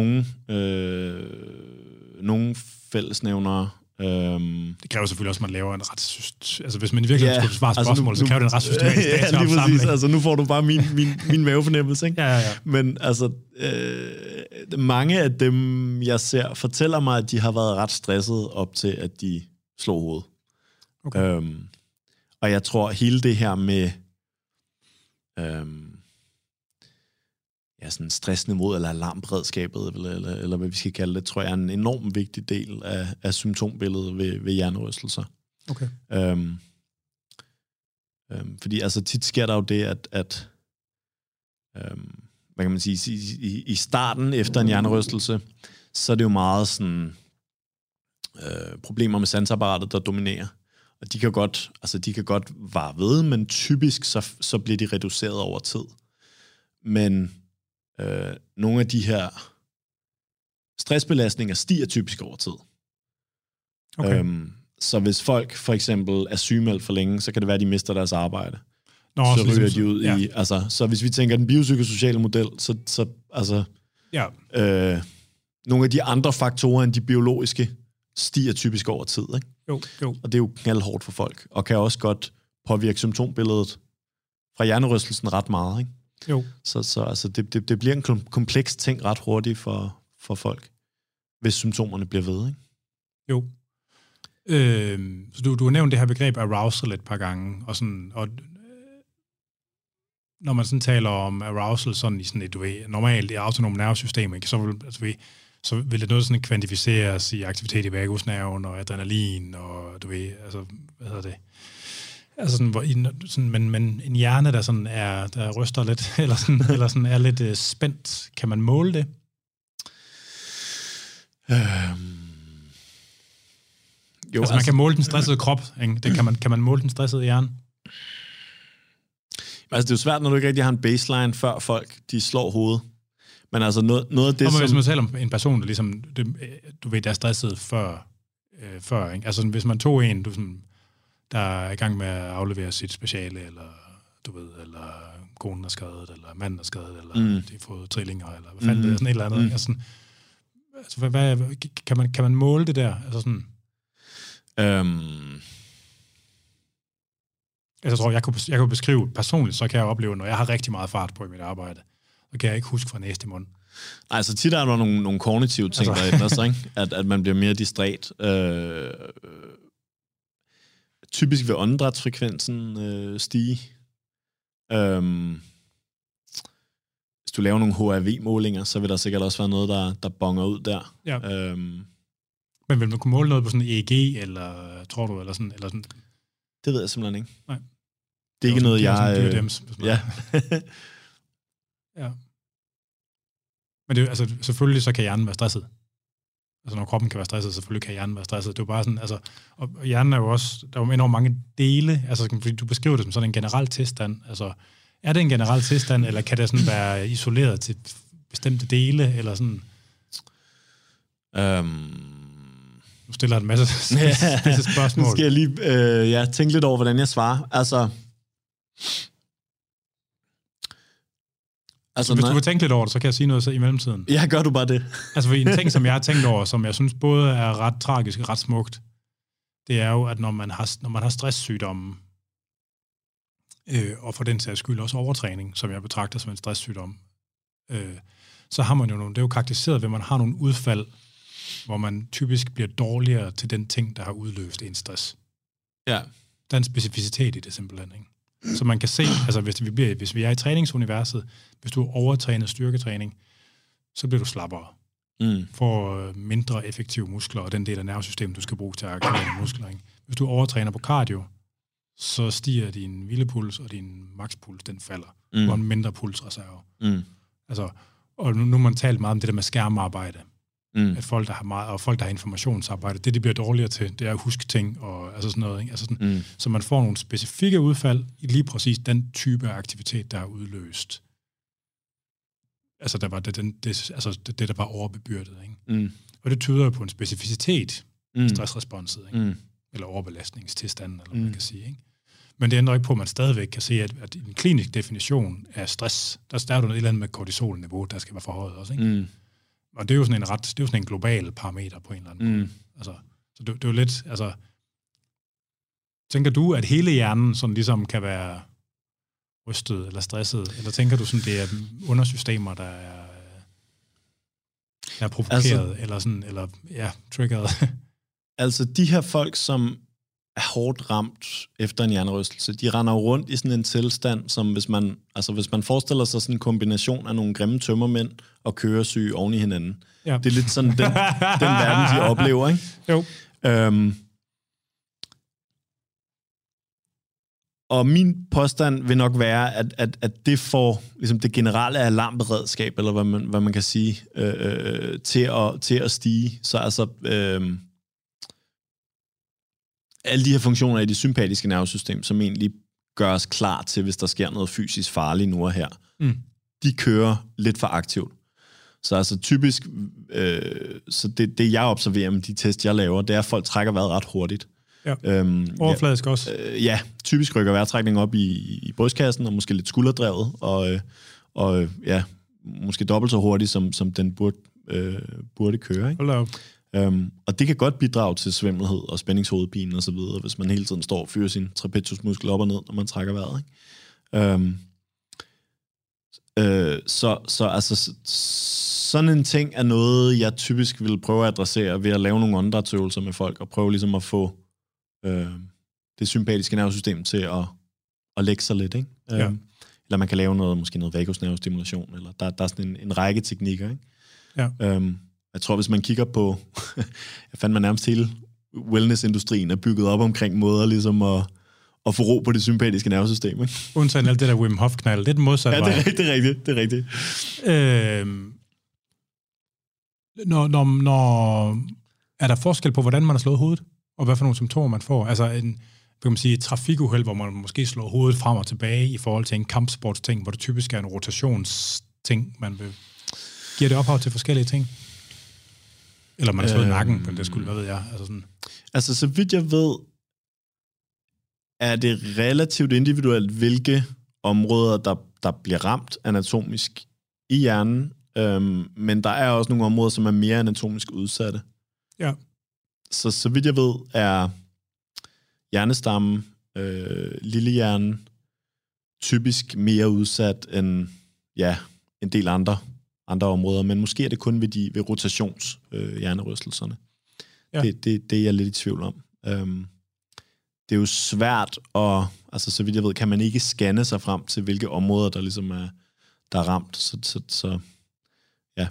Speaker 2: nogle fællesnævnere.
Speaker 1: Det kræver selvfølgelig også, at man laver en retssystem. Altså, hvis man virkelig skulle besvare spørgsmål, så kræver det en retssystematisk
Speaker 2: data lige præcis. Altså, nu får du bare min mavefornemmelse, ikke?
Speaker 1: Ja.
Speaker 2: Men altså, mange af dem, jeg ser, fortæller mig, at de har været ret stresset op til, at de slog hovedet. Okay. Og jeg tror, hele det her med sådan stressniveau eller alarmberedskabet, eller hvad vi skal kalde det, tror jeg er en enormt vigtig del af symptombilledet ved hjernerystelser.
Speaker 1: Okay.
Speaker 2: Fordi altså tit sker der jo det, at hvad kan man sige, i starten efter en hjernerystelse, så er det jo meget sådan problemer med sanseapparatet, der dominerer. Og de kan godt vare ved, men typisk så bliver de reduceret over tid. Men nogle af de her stressbelastninger stiger typisk over tid.
Speaker 1: Okay.
Speaker 2: Så hvis folk for eksempel er sygemeldt for længe, så kan det være, at de mister deres arbejde.
Speaker 1: Så
Speaker 2: ryger de ud i... Altså, så hvis vi tænker den biopsykosociale model, så nogle af de andre faktorer end de biologiske stiger typisk over tid, ikke?
Speaker 1: Jo.
Speaker 2: Og det er jo knaldhårdt for folk, og kan også godt påvirke symptombilledet fra hjernerystelsen ret meget, ikke?
Speaker 1: Jo.
Speaker 2: Så altså, det bliver en kompleks ting ret hurtigt for folk, hvis symptomerne bliver ved, ikke?
Speaker 1: Jo. Så du har nævnt det her begreb arousal et par gange, og når man sådan taler om arousal sådan i sådan et normalt autonom nervesystem, ikke, så vil det noget sådan kvantificeres i aktivitet i vagusnerven og adrenalin og hvad hedder det? Altså sådan, men en hjerne, der sådan der ryster lidt, eller sådan er lidt spændt, kan man måle det? Jo, altså man kan måle den stressede krop, ikke? Det kan man måle den stressede hjerne?
Speaker 2: Altså, det er jo svært, når du ikke rigtig har en baseline, før folk, de slår hovedet. Men altså, noget af det,
Speaker 1: hvis man taler om en person, der ligesom, du ved, der er stresset før ikke? Altså, hvis man tog en, der er i gang med at aflevere sit speciale, eller du ved, eller konen er skadet, eller manden er skadet, eller de har fået trillinger, eller hvad fanden det er, sådan et eller andet. Altså, kan man måle det der? Altså sådan... Jeg tror, jeg kunne beskrive personligt, så kan jeg opleve, når jeg har rigtig meget fart på i mit arbejde, så kan jeg ikke huske fra næste mund.
Speaker 2: Altså tit er der nogle kognitive ting, der ændrer sig, ikke? At man bliver mere distræt. Typisk vil åndedrætsfrekvensen stige. Hvis du laver nogle HRV-målinger, så vil der sikkert også være noget, der bonger ud der. Ja.
Speaker 1: Men vil man kunne måle noget på sådan en EEG, eller tror du, eller sådan?
Speaker 2: Det ved jeg simpelthen ikke.
Speaker 1: Nej.
Speaker 2: Det er ikke noget, jeg...
Speaker 1: Ja. Ja. Men det, altså, selvfølgelig så kan hjernen være stresset. Altså når kroppen kan være stresset, selvfølgelig kan hjernen være stresset. Det er jo bare sådan, altså, og hjernen er jo også, der er jo enormt mange dele, altså fordi du beskriver det som sådan en generel tilstand. Altså, er det en generel tilstand, eller kan det sådan være isoleret til bestemte dele, eller sådan? Nu stiller jeg en masse spørgsmål.
Speaker 2: Nu skal jeg lige tænke lidt over, hvordan jeg svarer. Altså
Speaker 1: hvis du vil tænke lidt over det, så kan jeg sige noget så i mellemtiden.
Speaker 2: Ja, gør du bare det.
Speaker 1: Altså en ting, som jeg har tænkt over, som jeg synes både er ret tragisk og ret smukt, det er jo, at når man har stresssygdomme, og for den sags skyld også overtræning, som jeg betragter som en stresssygdom, så har man jo det er jo karakteriseret ved, at man har nogle udfald, hvor man typisk bliver dårligere til den ting, der har udløst en stress.
Speaker 2: Ja.
Speaker 1: Der er en specificitet i det simpelthen, ikke? Så man kan se, altså hvis vi er i træningsuniverset, hvis du overtræner styrketræning, så bliver du slappere. Får mindre effektive muskler, og den del af nervesystemet, du skal bruge til at aktivere muskler, ikke? Hvis du overtræner på cardio, så stiger din hvilepuls, og din makspuls, den falder. Du har en mindre pulsreserve. Altså, og nu har man talt meget om det der med skærmarbejde. At folk, der har meget, og folk, der har informationsarbejde, det de bliver dårligere til, det er at huske ting, og altså sådan noget, ikke? Altså sådan, så man får nogle specifikke udfald i lige præcis den type af aktivitet, der er udløst. Altså, der var det der var overbebyrdet, ikke? Og det tyder jo på en specificitet i stressresponset, ikke? Eller overbelastningstilstanden, eller hvad man kan sige, ikke? Men det ændrer ikke på, at man stadigvæk kan se, at i en klinisk definition af stress, der er jo noget et eller andet med kortisolniveau, der skal være forhøjet også, ikke? Og det er jo sådan en global parameter på en eller anden måde. Altså, så det er jo lidt, altså, tænker du, at hele hjernen sådan ligesom kan være rystet eller stresset, eller tænker du sådan, det er undersystemer, der er provokeret, altså, eller triggeret?
Speaker 2: Altså, de her folk, som er hårdt ramt efter en hjernerystelse, de render jo rundt i sådan en tilstand, som hvis man forestiller sig sådan en kombination af nogle grimme tømmermænd og køresyge oven i hinanden. Ja. Det er lidt sådan den verden, de oplever, ikke?
Speaker 1: Jo.
Speaker 2: Og min påstand vil nok være, at det får ligesom det generelle alarmberedskab, eller hvad man kan sige, til at stige. Så altså... alle de her funktioner i det sympatiske nervesystem, som egentlig gør os klar til, hvis der sker noget fysisk farligt nu og her, de kører lidt for aktivt. Så altså typisk, så det jeg observerer med de test, jeg laver, det er, at folk trækker vejret ret hurtigt.
Speaker 1: Ja. Overfladisk også.
Speaker 2: Ja, typisk rykker vejrtrækningen op i brystkassen, og måske lidt skulderdrevet, og ja, måske dobbelt så hurtigt, som den burde køre, ikke?
Speaker 1: Hold op.
Speaker 2: Og det kan godt bidrage til svimmelhed og spændingshovedpine og så videre, hvis man hele tiden står og fyrer sin trapeziusmuskel op og ned, når man trækker vejret, ikke? Så altså, sådan en ting er noget, jeg typisk vil prøve at adressere ved at lave nogle åndedrætsøvelser med folk, og prøve ligesom at få det sympatiske nervesystem til at lægge sig lidt, ikke?
Speaker 1: Ja.
Speaker 2: Eller man kan lave måske noget vagusnervestimulation, eller der er sådan en række teknikker, ikke?
Speaker 1: Ja.
Speaker 2: Jeg tror, hvis man kigger på, jeg fandt man nærmest hele wellnessindustrien er bygget op omkring måder ligesom at få ro på det sympatiske nervesystem, ikke?
Speaker 1: Undtagen alt det der Wim Hof-knald, det er den modsatte vej.
Speaker 2: Ja, det er rigtigt.
Speaker 1: Når er der forskel på, hvordan man har slået hovedet, og hvad for nogle symptomer man får? Altså kan man sige, et trafikuheld, hvor man måske slår hovedet frem og tilbage i forhold til en kampsportsting, hvor det typisk er en rotationsting, man vil... Giver det ophav til forskellige ting? Eller man har slået nakken, på det skulle, hvad ved jeg?
Speaker 2: Altså, så vidt jeg ved, er det relativt individuelt, hvilke områder, der bliver ramt anatomisk i hjernen, men der er også nogle områder, som er mere anatomisk udsatte.
Speaker 1: Ja.
Speaker 2: Så vidt jeg ved, er hjernestammen, lillehjernen, typisk mere udsat end en del andre områder, men måske er det kun ved rotationshjernerystelserne. Det er jeg lidt i tvivl om. Det er jo svært at, altså så vidt jeg ved, kan man ikke scanne sig frem til, hvilke områder, der ligesom er ramt. Så ja.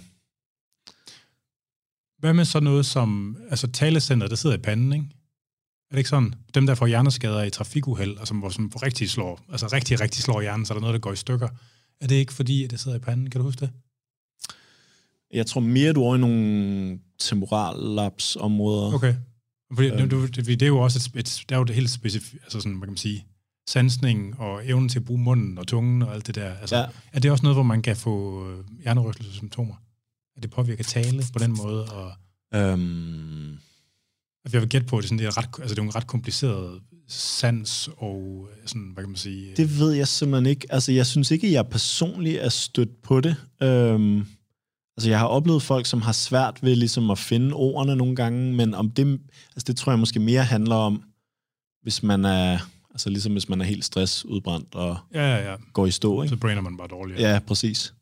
Speaker 1: Hvad med så noget som, altså talecenteret, der sidder i panden, ikke? Er det ikke sådan? Dem, der får hjerneskader i trafikuheld, altså hvor som rigtig slår hjernen, så er der noget, der går i stykker. Er det ikke fordi, at det sidder i panden? Kan du huske det?
Speaker 2: Jeg tror mere, du er i nogle temporallapsområder.
Speaker 1: Okay. Fordi det er jo også det er jo det helt specifikt, altså sådan, hvad kan man sige, sansning og evnen til at bruge munden og tungen og alt det der. Altså, er det også noget, hvor man kan få hjernerystelsessymptomer? Er det påvirker tale på den måde? Og jeg vil gætte på, at det er en ret kompliceret sans og sådan, hvad kan man sige?
Speaker 2: Det ved jeg simpelthen ikke. Altså, jeg synes ikke, at jeg personligt er stødt på det. Altså, jeg har oplevet folk, som har svært ved ligesom at finde ordene nogle gange, men om det, altså det tror jeg måske mere handler om, hvis man er, altså ligesom hvis man er helt stressudbrændt og går i stå, ikke?
Speaker 1: Så brainer man bare dårligt.
Speaker 2: Ja, præcis.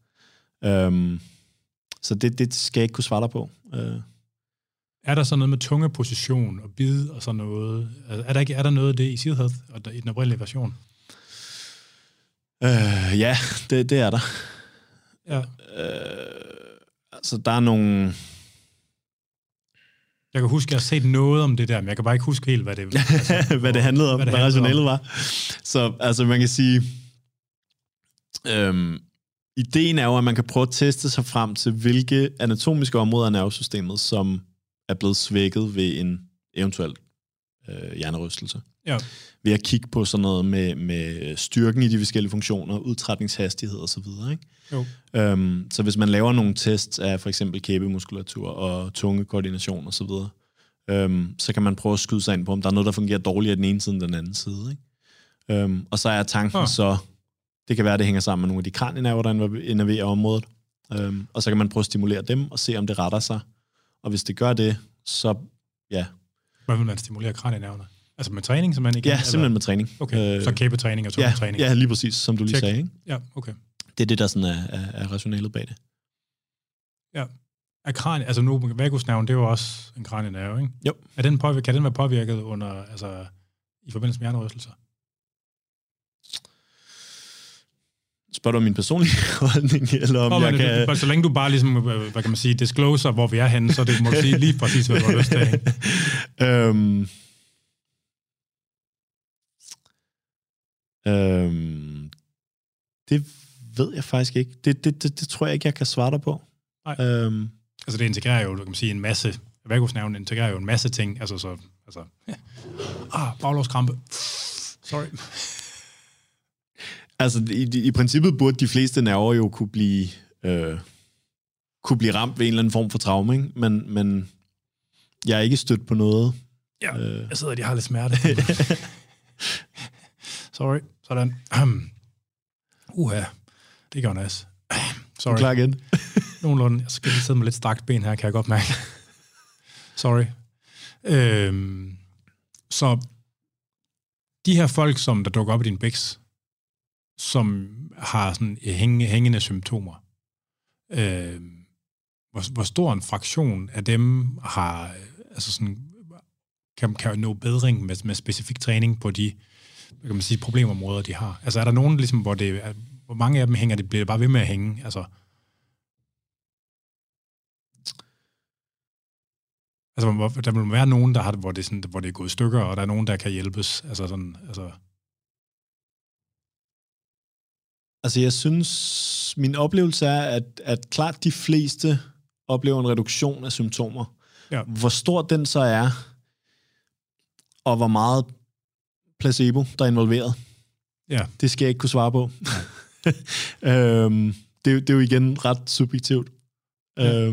Speaker 2: Så det skal jeg ikke kunne svare dig på.
Speaker 1: Er der så noget med tungeposition og bid og sådan noget? Er der noget af det i Sealhealth og i den oprindelige version?
Speaker 2: Ja, det er der.
Speaker 1: Ja.
Speaker 2: Altså, der er nogle...
Speaker 1: Jeg kan huske, at jeg har set noget om det der, men jeg kan bare ikke huske helt, hvad det
Speaker 2: hvad det handlede om, hvad rationalet var. Så altså, man kan sige... ideen er jo, at man kan prøve at teste sig frem til, hvilke anatomiske områder af nervesystemet, som er blevet svækket ved en eventuel hjernerystelse.
Speaker 1: Ja.
Speaker 2: Ved at kigge på sådan noget med styrken i de forskellige funktioner, udtrætningshastighed og så videre, ikke?
Speaker 1: Jo.
Speaker 2: Så hvis man laver nogle tests af for eksempel kæbemuskulatur og tungekoordination og så videre, så kan man prøve at skyde sig ind på, om der er noget, der fungerer dårligere den ene side end den anden side, ikke? Og så er tanken så, det kan være, at det hænger sammen med nogle af de kranienerver, der innerverer området, og så kan man prøve at stimulere dem og se, om det retter sig. Og hvis det gør det, så ja.
Speaker 1: Hvad vil man stimulere kranienerverne? Altså med træning, så man ikke...
Speaker 2: Ja, simpelthen med træning.
Speaker 1: Okay, så kæbetræning og tungetræning.
Speaker 2: Ja, lige præcis, som du lige sagde, ikke?
Speaker 1: Ja, okay.
Speaker 2: Det er det, der sådan er rationalet bag det.
Speaker 1: Ja. Er altså nu, vagusnerven, det er jo også en kranienerve, ikke?
Speaker 2: Jo.
Speaker 1: Kan den være påvirket under, altså i forbindelse med hjernerystelser?
Speaker 2: Spørger du om min personlige holdning, eller om jeg kan...
Speaker 1: Så længe du bare ligesom, hvad kan man sige, discloser, hvor vi er henne, så det må du sige lige præcis, hvad du har lyst til.
Speaker 2: Det ved jeg faktisk ikke. Det tror jeg ikke, jeg kan svare dig på.
Speaker 1: Nej. Altså det integrerer jo, du kan sige, en masse... Vagusnerven integrerer jo en masse ting. Baglårskrampe. Sorry.
Speaker 2: Altså, i princippet burde de fleste nerver jo kunne blive ramt ved en eller anden form for traume, ikke? Men jeg er ikke stødt på noget.
Speaker 1: Ja, jeg sidder og de har lidt smerte. Sorry, sådan. Det gør næs. Sorry.
Speaker 2: Klar igen.
Speaker 1: Nogenlunde. Jeg skal lige sidde med lidt stakt ben her, kan jeg godt mærke. Sorry. Så de her folk, som der dukker op i din bæks, som har sådan hængende symptomer. Hvor stor en fraktion af dem har, altså sådan, kan nå bedring med specifik træning på de, kan man sige, problemområder, de har? Altså er der nogen, ligesom, hvor mange af dem bliver bare ved med at hænge? Altså der vil være nogen, der har hvor det er gået i stykker, og der er nogen, der kan hjælpes.
Speaker 2: Altså, jeg synes, min oplevelse er, at klart de fleste oplever en reduktion af symptomer.
Speaker 1: Ja.
Speaker 2: Hvor stor den så er, og hvor meget placebo, der er involveret, det skal jeg ikke kunne svare på. Det er jo igen ret subjektivt. Ja.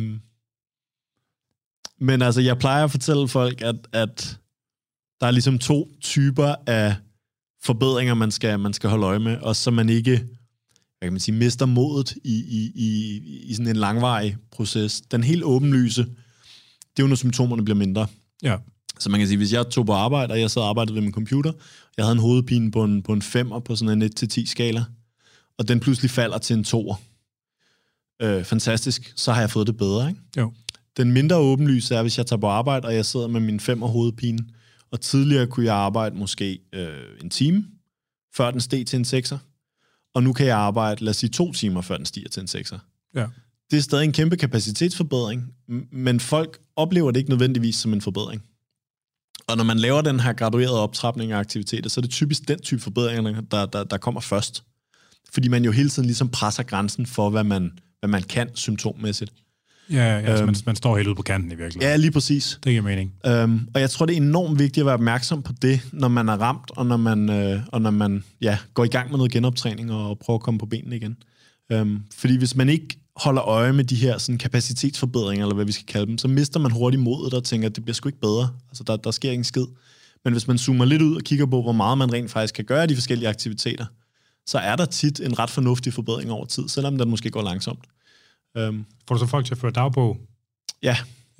Speaker 2: Men altså, jeg plejer at fortælle folk, at der er ligesom 2 typer af forbedringer, man skal holde øje med, og så man ikke, hvad kan man sige, mister modet i sådan en langvarig proces. Den helt åbenlyse, det er jo, når symptomerne bliver mindre.
Speaker 1: Ja.
Speaker 2: Så man kan sige, hvis jeg tog på arbejde, og jeg sad og arbejdede ved min computer, jeg havde en hovedpine på en 5'er på sådan en 1-10 skala, og den pludselig falder til en 2'er. Fantastisk, så har jeg fået det bedre, ikke?
Speaker 1: Jo.
Speaker 2: Den mindre åbenlyse er, hvis jeg tager på arbejde, og jeg sidder med min 5'er hovedpine, og tidligere kunne jeg arbejde måske en time, før den steg til en 6'er, og nu kan jeg arbejde, lad os sige, 2 timer, før den stiger til en 6'er.
Speaker 1: Ja.
Speaker 2: Det er stadig en kæmpe kapacitetsforbedring, men folk oplever det ikke nødvendigvis som en forbedring. Og når man laver den her graduerede optrapning af aktiviteter, så er det typisk den type forbedringer, der kommer først. Fordi man jo hele tiden ligesom presser grænsen for, hvad man kan symptommæssigt.
Speaker 1: Ja, man står helt ude på kanten i virkeligheden.
Speaker 2: Ja, lige præcis.
Speaker 1: Det giver mening.
Speaker 2: Og jeg tror, det er enormt vigtigt at være opmærksom på det, når man er ramt, og når man går i gang med noget genoptræning og prøver at komme på benene igen. Fordi hvis man ikke holder øje med de her sådan, kapacitetsforbedringer, eller hvad vi skal kalde dem, så mister man hurtigt modet og tænker, at det bliver sgu ikke bedre. Altså, der sker ingen skid. Men hvis man zoomer lidt ud og kigger på, hvor meget man rent faktisk kan gøre af de forskellige aktiviteter, så er der tit en ret fornuftig forbedring over tid, selvom den måske går langsomt.
Speaker 1: Får du så folk til at føre dagbog?
Speaker 2: Ja.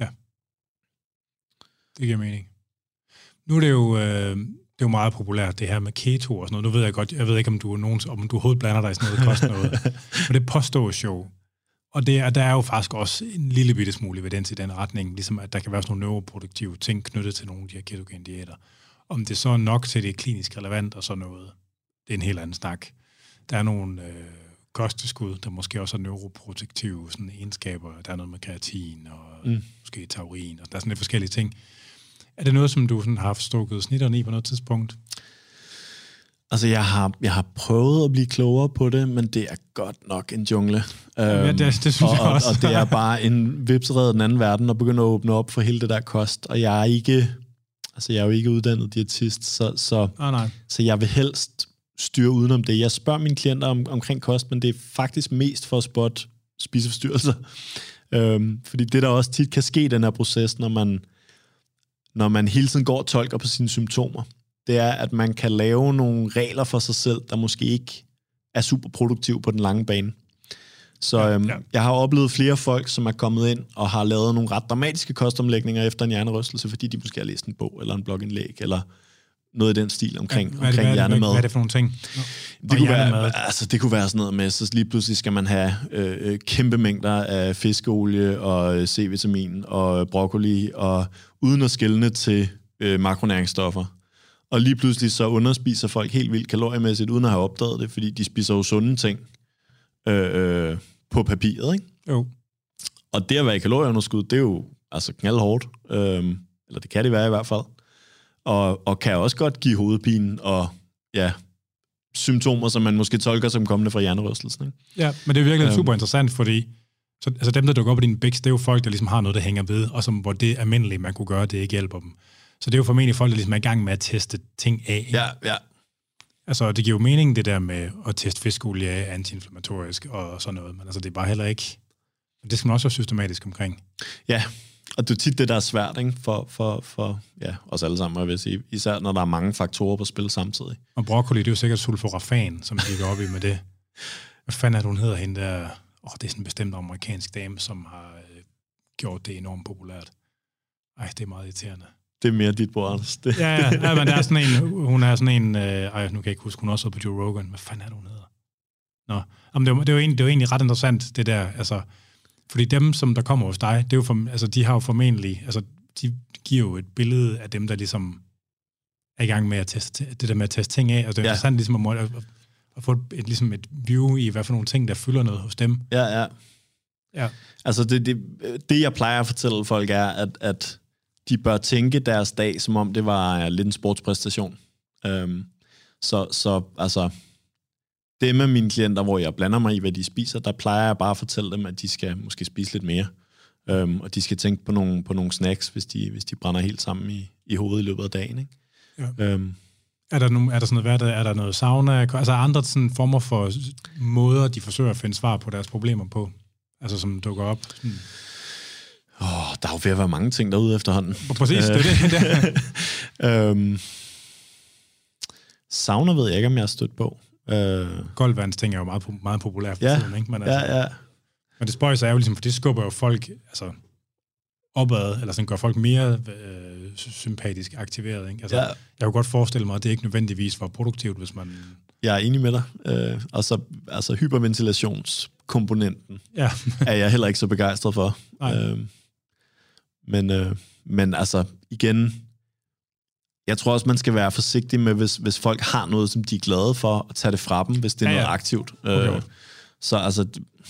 Speaker 1: Det giver mening. Nu er det er jo meget populært, det her med keto og sådan noget. Nu ved jeg ved ikke, om du overhovedet blander dig i sådan noget, kost noget. Men det påstås jo. Og der er jo faktisk også en lille bitte smule evidens i den retning, ligesom at der kan være sådan nogle neuroproduktive ting knyttet til nogle af de her ketogene diæter. Om det så er nok til det er klinisk relevant og sådan noget, det er en helt anden snak. Der er nogle kosttilskud, der måske også har neuroprotektive sådan egenskaber. Der er noget med kreatin og måske taurin, og der er sådan lidt forskellige ting. Er det noget, som du sådan har stukket snitterne i på noget tidspunkt?
Speaker 2: Altså, jeg har prøvet at blive klogere på det, men det er godt nok en jungle.
Speaker 1: Ja, det synes jeg også.
Speaker 2: Og det er bare en vipserede den anden verden, og begynder at åbne op for hele det der kost. Og jeg er jo ikke uddannet diætist, så jeg vil helst styre udenom det. Jeg spørger mine klienter omkring kost, men det er faktisk mest for at spotte spiseforstyrrelser. Fordi det, der også tit kan ske i den her proces, når man hele tiden går og tolker på sine symptomer, det er, at man kan lave nogle regler for sig selv, der måske ikke er super produktive på den lange bane. Så jeg har oplevet flere folk, som er kommet ind og har lavet nogle ret dramatiske kostomlægninger efter en hjernerystelse, fordi de måske har læst en bog eller en blogindlæg, eller noget i den stil omkring hjernemad.
Speaker 1: Hvad er det for nogle ting?
Speaker 2: Det kunne være sådan noget med, så lige pludselig skal man have kæmpe mængder af fiskeolie og C-vitamin og broccoli, og uden at skelne til makronæringsstoffer. Og lige pludselig så underspiser folk helt vildt kaloriemæssigt, uden at have opdaget det, fordi de spiser jo sunde ting på papiret, ikke?
Speaker 1: Jo.
Speaker 2: Og det at være i kalorieunderskud, det er jo altså knaldhårdt. Eller det kan det være i hvert fald. Og kan også godt give hovedpine og symptomer, som man måske tolker som kommende fra hjernerystelsen. Ikke?
Speaker 1: Ja, men det er virkelig super interessant, fordi dem, der dukker op på dine biks, det er jo folk, der ligesom har noget, der hænger ved, og hvor det almindelige, man kunne gøre, det ikke hjælper dem. Så det er jo formentlig folk, der ligesom er i gang med at teste ting af. Ikke?
Speaker 2: Ja.
Speaker 1: Altså, det giver jo mening, det der med at teste fiskolie af, antiinflammatorisk og sådan noget, men altså, det er bare heller ikke... Det skal man også være systematisk omkring.
Speaker 2: Ja, og det er tit det, der er svært, ikke? For os alle sammen, jeg vil sige. Især når der er mange faktorer på spil samtidig.
Speaker 1: Og broccoli, det er jo sikkert sulforafan, som ligger op i med det. Hvad fanden er det, hun hedder hende der? Det er sådan en bestemt amerikansk dame, som har gjort det enormt populært. Ej, det er meget irriterende.
Speaker 2: Det er mere dit bord, Anders.
Speaker 1: Ja, men der er sådan en, hun er sådan en, nu kan jeg ikke huske, hun også på Joe Rogan. Hvad fanden er det, hun hedder? Nå, men det er jo egentlig ret interessant, det der, altså, fordi dem, som der kommer hos dig, det er jo de har jo formentlig, altså, de giver jo et billede af dem, der ligesom er i gang med at teste, det der med at teste ting af, og det er interessant ligesom at få ligesom et view i, hvad for nogle ting, der fylder noget hos dem.
Speaker 2: Ja. Altså, det jeg plejer at fortælle folk er, at de bør tænke deres dag, som om det var lidt en sportspræstation. Så altså, dem af mine klienter, hvor jeg blander mig i, hvad de spiser, der plejer jeg bare at fortælle dem, at de skal måske spise lidt mere. Og de skal tænke på nogle snacks, hvis de brænder helt sammen i hovedet i løbet af dagen. Ikke?
Speaker 1: Ja. Er der sådan noget, er der noget sauna, altså andre sådan former for måder, de forsøger at finde svar på deres problemer på, altså som dukker op?
Speaker 2: Der er jo ved at være mange ting derude efterhånden.
Speaker 1: Præcis, det er det.
Speaker 2: Sauna ved jeg ikke, om jeg har stødt på.
Speaker 1: Koldvandsting er jo meget, meget populært for tiden, ikke? Men, altså, men det spøjser er jo ligesom, for det skubber jo folk altså, opad, eller sådan gør folk mere sympatisk aktiveret. Ikke? Altså, jeg kunne godt forestille mig, at det ikke nødvendigvis var produktivt, hvis man... Jeg
Speaker 2: er enig med dig. Altså hyperventilationskomponenten er jeg heller ikke så begejstret for. Men altså, igen... Jeg tror også, man skal være forsigtig med, hvis folk har noget, som de er glade for, at tage det fra dem, hvis det er noget aktivt. Okay. Så altså...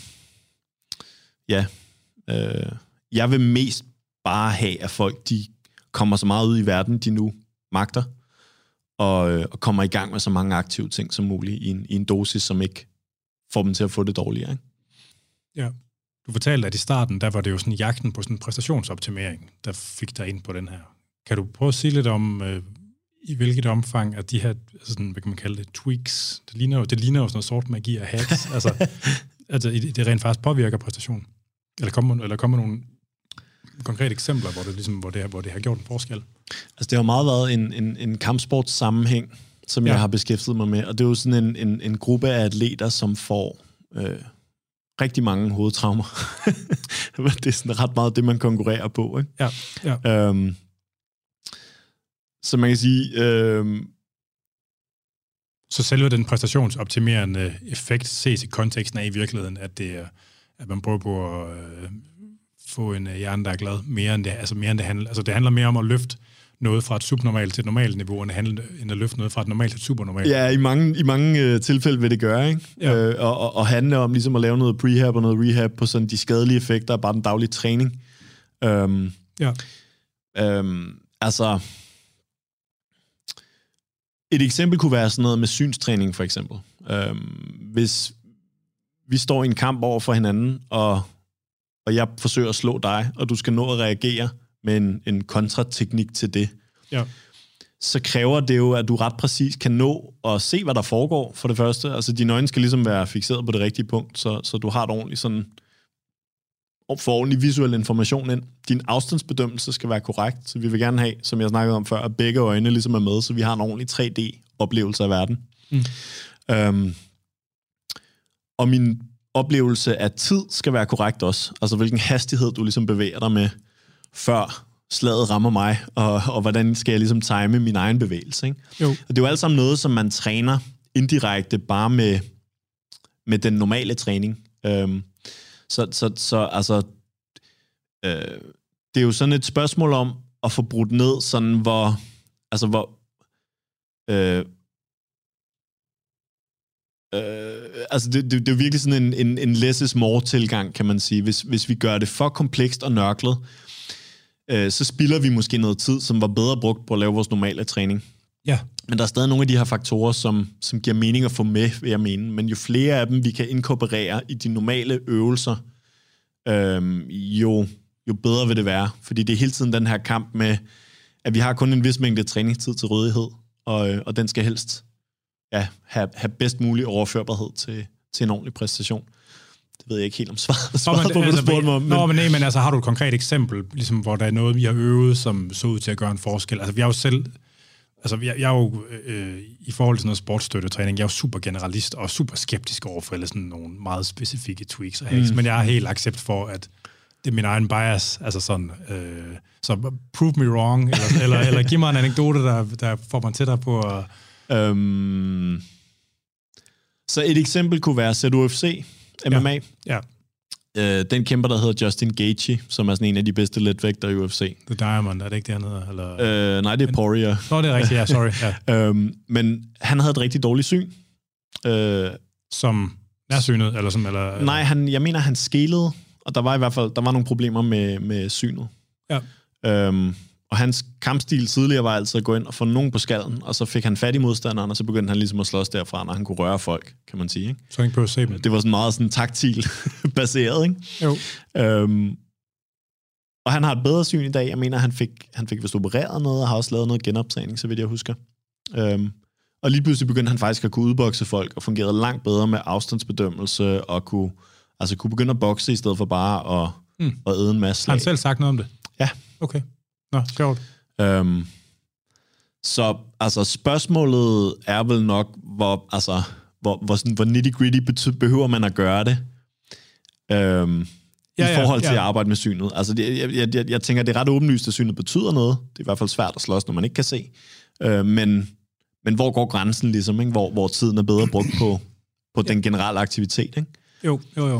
Speaker 2: jeg vil mest bare have, at folk de kommer så meget ud i verden, de nu magter, og kommer i gang med så mange aktive ting som muligt i en dosis, som ikke får dem til at få det dårligere. Ikke?
Speaker 1: Ja. Du fortalte, at i starten, der var det jo sådan jagten på sådan en præstationsoptimering, der fik dig ind på den her. Kan du prøve at sige lidt om, i hvilket omfang, at de her, altså sådan, hvad kan man kalde det, tweaks, det ligner jo sådan noget sort magi og hacks, altså det rent faktisk påvirker præstation? Eller kommer nogle konkrete eksempler, hvor det har gjort en forskel?
Speaker 2: Altså det har meget været en kampsportssammenhæng, som jeg har beskæftiget mig med, og det er jo sådan en gruppe af atleter, som får rigtig mange hovedtraumer. Det er sådan ret meget det, man konkurrerer på. Ikke? Ja. Så man kan sige...
Speaker 1: Så selve den præstationsoptimerende effekt ses i konteksten af i virkeligheden, at man prøver på at få en hjerne, der er glad, mere end det handler. Altså det handler mere om at løfte noget fra et subnormalt til et normalt niveau, end at løfte noget fra et normalt til et supernormalt.
Speaker 2: Ja, i mange tilfælde vil det gøre, ikke? Ja. Og handle om ligesom at lave noget prehab og noget rehab på sådan de skadelige effekter af bare den daglige træning. Altså... Et eksempel kunne være sådan noget med synstræning, for eksempel. Hvis vi står i en kamp over for hinanden, og jeg forsøger at slå dig, og du skal nå at reagere med en kontrateknik til det, så kræver det jo, at du ret præcis kan nå at se, hvad der foregår, for det første. Altså, dine øjne skal ligesom være fikseret på det rigtige punkt, så du har et ordentligt sådan... får ordentlig visuel information ind. Din afstandsbedømmelse skal være korrekt, så vi vil gerne have, som jeg snakkede om før, at begge øjne ligesom er med, så vi har en ordentlig 3D-oplevelse af verden. Og min oplevelse af tid skal være korrekt også. Altså, hvilken hastighed du ligesom bevæger dig med, før slaget rammer mig, og hvordan skal jeg ligesom time min egen bevægelse. Ikke? Jo. Og det er jo alt sammen noget, som man træner indirekte bare med den normale træning. Så altså, det er jo sådan et spørgsmål om at få brudt ned, sådan hvor altså det er jo virkelig sådan en less is more tilgang, kan man sige. Hvis vi gør det for komplekst og nørklet, så spilder vi måske noget tid, som var bedre brugt på at lave vores normale træning. Ja. Men der er stadig nogle af de her faktorer, som giver mening at få med, vil jeg mene. Men jo flere af dem, vi kan inkorporere i de normale øvelser, jo bedre vil det være. Fordi det er hele tiden den her kamp med, at vi har kun en vis mængde træningstid til rådighed, og den skal helst have bedst mulig overførbarhed til en ordentlig præstation. Det ved jeg ikke helt om svaret på, hvad du spurgte mig om.
Speaker 1: Men altså, har du et konkret eksempel, ligesom, hvor der er noget, vi har øvet, som så ud til at gøre en forskel? Altså, vi har jo selv... Altså, jeg er jo i forhold til noget sportsstøttetræning, jeg er jo super generalist og super skeptisk over for sådan nogle meget specifikke tweaks og hacks, men jeg har helt accept for, at det er min egen bias, altså sådan, så prove me wrong, eller giv mig en anekdote, der får mig tættere på.
Speaker 2: Så et eksempel kunne være ZUFC, MMA. Ja. Den kæmper, der hedder Justin Gaethje, som er sådan en af de bedste letvægtere i UFC.
Speaker 1: The Diamond, er det ikke det, han hedder? Eller?
Speaker 2: Nej, det er Poirier.
Speaker 1: Nå, det er rigtigt, ja, sorry. Ja.
Speaker 2: Men han havde et rigtig dårligt syn.
Speaker 1: Som nærsynet? Eller?
Speaker 2: Nej, jeg mener, han skelede, og der var i hvert fald nogle problemer med synet. Ja. Og hans kampstil tidligere var altså at gå ind og få nogen på skallen, og så fik han fat i modstanderen, og så begyndte han ligesom at slås derfra, når han kunne røre folk, kan man sige. Ikke?
Speaker 1: Så han ikke på at se dem.
Speaker 2: Det var sådan meget sådan taktil baseret, ikke? Jo. Og han har et bedre syn i dag. Jeg mener, han fik vist opereret noget, og har også lavet noget genoptræning, så vidt jeg husker. Og lige pludselig begyndte han faktisk at kunne udbokse folk, og fungerede langt bedre med afstandsbedømmelse, og kunne begynde at bokse, i stedet for bare at æde en masse slag.
Speaker 1: Har han selv sagt noget om det?
Speaker 2: Ja.
Speaker 1: Okay. Nå, sjovt.
Speaker 2: Så altså, spørgsmålet er vel nok, hvor nitty-gritty behøver man at gøre det, i forhold til at arbejde med synet. Altså, jeg tænker, det er ret åbenlyst, at synet betyder noget. Det er i hvert fald svært at slås, når man ikke kan se. Men hvor går grænsen ligesom, ikke? Hvor tiden er bedre brugt på den generelle aktivitet, ikke?
Speaker 1: Jo.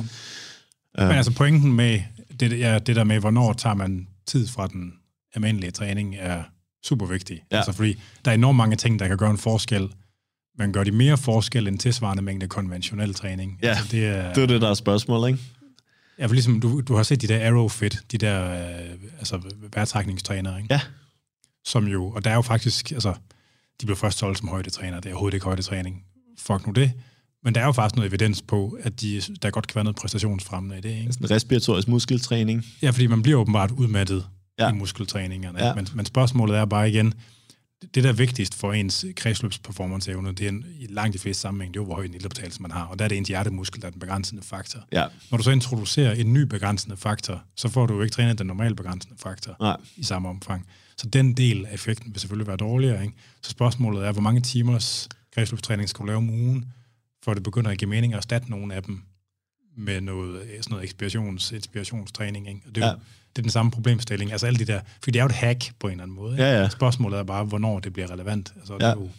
Speaker 1: Men altså pointen med det der med, hvornår tager man tid fra den almindelige træning, er super vigtig. Ja. Altså fordi der er enormt mange ting, der kan gøre en forskel. Man gør de mere forskel end tilsvarende mængde konventionel træning.
Speaker 2: Ja, altså, det er det, der er spørgsmålet, ikke?
Speaker 1: Ja, for ligesom du har set de der Aerofit, de der vejrtrækningstrænere, ikke?
Speaker 2: Ja.
Speaker 1: Som jo, og der er jo faktisk, altså, de blev først solgt som højdetræner, det er overhovedet ikke højdetræning. Fuck nu det. Men der er jo faktisk noget evidens på, at der godt kan være noget præstationsfremmende i det, ikke?
Speaker 2: Sådan respiratorisk muskeltræning.
Speaker 1: Ja, fordi man bliver åbenbart udmattet i muskeltræningerne. Ja. Men spørgsmålet er bare igen, det der er vigtigst for ens kredsløbsperformanceevne, det er i langt de fleste sammenhæng, det er jo, hvor høj en iltoptagelse man har, og der er det ens hjertemuskel, der er den begrænsende faktor.
Speaker 2: Ja. Når
Speaker 1: du så introducerer en ny begrænsende faktor, så får du jo ikke trænet den normale begrænsende faktor i samme omfang. Så den del af effekten vil selvfølgelig være dårligere, ikke? Så spørgsmålet er, hvor mange timers kredsløbstræning skal du lave om ugen, for det begynder at give mening at erstatte nogle af dem med sådan noget inspirationstræning, ikke? Og det er jo, det er den samme problemstilling. Altså alle de der, fordi det er jo et hack på en eller anden måde. Ikke?
Speaker 2: Ja.
Speaker 1: Spørgsmålet er bare, hvornår det bliver relevant. Altså, det er jo...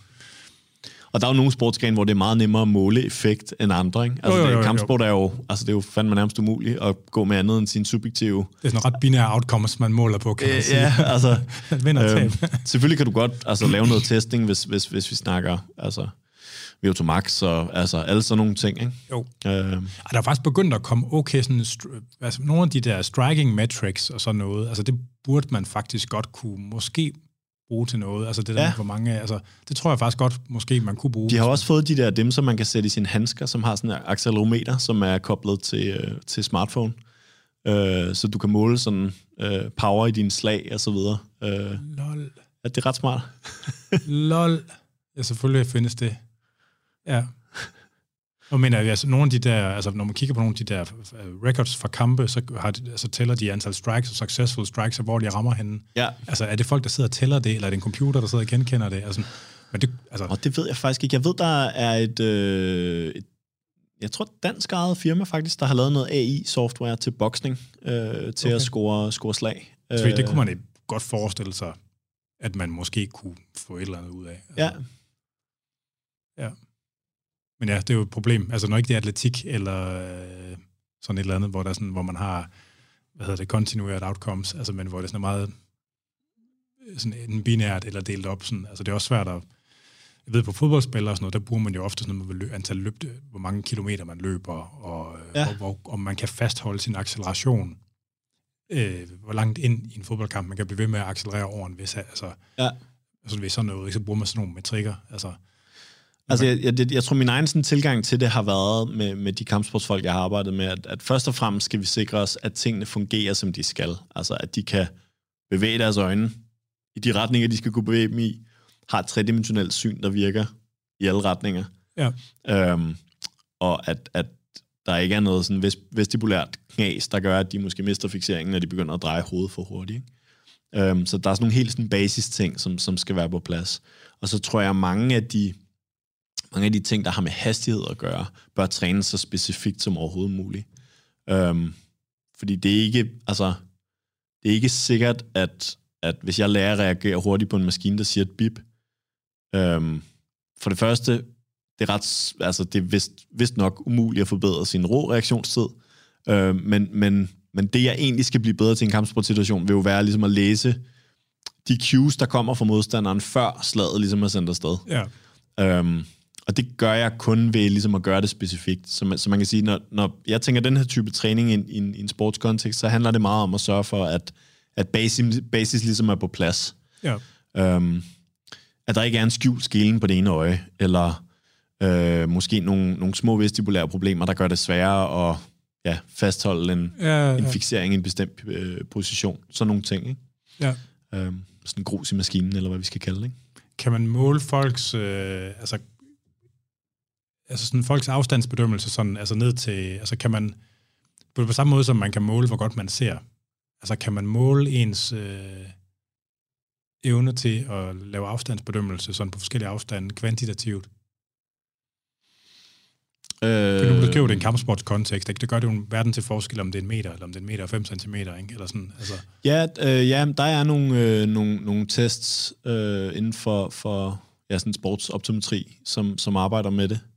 Speaker 2: Og der er jo nogle sportsgrene, hvor det er meget nemmere at måle effekt end andre, ikke? Altså kampsport er jo, altså det er jo fandme nærmest umuligt at gå med andet end sin subjektive.
Speaker 1: Det er sådan ret binære outcomes, man måler på, kan man sige.
Speaker 2: Ja, altså
Speaker 1: vinder
Speaker 2: selvfølgelig kan du godt lave noget testing, hvis vi snakker altså VO2 max og altså alle sådan nogle ting, ikke?
Speaker 1: Jo. Og der er faktisk begyndt at komme sådan nogle af de der striking metrics og sådan noget, altså det burde man faktisk godt kunne måske bruge til noget. Altså det der hvor mange, altså det tror jeg faktisk godt måske man kunne bruge.
Speaker 2: De har også fået de der dem, som man kan sætte i sine handsker, som har sådan en accelerometer, som er koblet til smartphone. Så du kan måle sådan power i dine slag og så videre.
Speaker 1: Lol.
Speaker 2: Ja, det er ret smart.
Speaker 1: Lol. Ja, selvfølgelig findes det. Ja. Og mener altså nogle af de der, altså når man kigger på nogle af de der records fra kampe, så tæller de antal strikes og successful strikes, og hvor de rammer henne. Ja. Altså er det folk, der sidder og tæller det, eller er det en computer, der sidder og genkender det? Altså, men det, altså...
Speaker 2: Og det ved jeg faktisk ikke. Jeg ved, der er et jeg tror, dansk eget firma faktisk, der har lavet noget AI-software til boksning, til at score slag.
Speaker 1: Så det kunne man godt forestille sig, at man måske kunne få et eller andet ud af. Altså. Ja. Men ja, det er jo et problem. Altså når ikke det er atletik eller sådan et eller andet, hvor man har, continued outcomes, altså men hvor det er sådan meget sådan en binært eller delt op. Sådan. Altså det er også svært at, jeg ved på fodboldspillere og sådan noget, der bruger man jo ofte sådan noget med antal løb, hvor mange kilometer man løber, og om man kan fastholde sin acceleration, hvor langt ind i en fodboldkamp man kan blive ved med at accelerere over en vis, altså ved sådan noget, så bruger man sådan nogle metrikker,
Speaker 2: Altså, jeg tror, min egen sådan tilgang til det har været med de kampsportsfolk, jeg har arbejdet med, at først og fremmest skal vi sikre os, at tingene fungerer, som de skal. Altså, at de kan bevæge deres øjne i de retninger, de skal kunne bevæge dem i, har et tredimensionelt syn, der virker i alle retninger. Ja. Og at der ikke er noget sådan vestibulært knas, der gør, at de måske mister fikseringen, når de begynder at dreje hovedet for hurtigt. Så der er sådan nogle helt sådan basis ting, som skal være på plads. Og så tror jeg, mange af de ting, der har med hastighed at gøre, bør trænes så specifikt som overhovedet muligt. Fordi det er ikke sikkert, at hvis jeg lærer at reagere hurtigt på en maskine, der siger et bip, for det første, det er vist nok umuligt at forbedre sin reaktionstid, men det, jeg egentlig skal blive bedre til en kampsportsituation, vil jo være ligesom at læse de cues, der kommer fra modstanderen, før slaget ligesom er sendt afsted. Ja. Og det gør jeg kun ved ligesom at gøre det specifikt. Så man kan sige, når jeg tænker den her type træning i en sportskontekst, så handler det meget om at sørge for, at basis ligesom er på plads. Ja. At der ikke er en skjult skillen på det ene øje, eller måske nogle små vestibulære problemer, der gør det sværere fastholde en fiksering i en bestemt position. Sådan nogle ting, ikke?
Speaker 1: Ja.
Speaker 2: Sådan en grus i maskinen, eller hvad vi skal kalde det, ikke?
Speaker 1: Kan man måle folks, sådan folks afstandsbedømmelse sådan, altså ned til, altså kan man, på samme måde som man kan måle, hvor godt man ser, altså kan man måle ens evne til at lave afstandsbedømmelse sådan på forskellige afstande kvantitativt? For nu beskriver det en kampsportskontekst, ikke? Det gør det jo en verden til forskel, om det er 1 meter, eller om det er 1 meter og 5 centimeter, ikke? Eller sådan, altså.
Speaker 2: Ja, der er nogle tests inden for sådan sportsoptometri, som arbejder med det.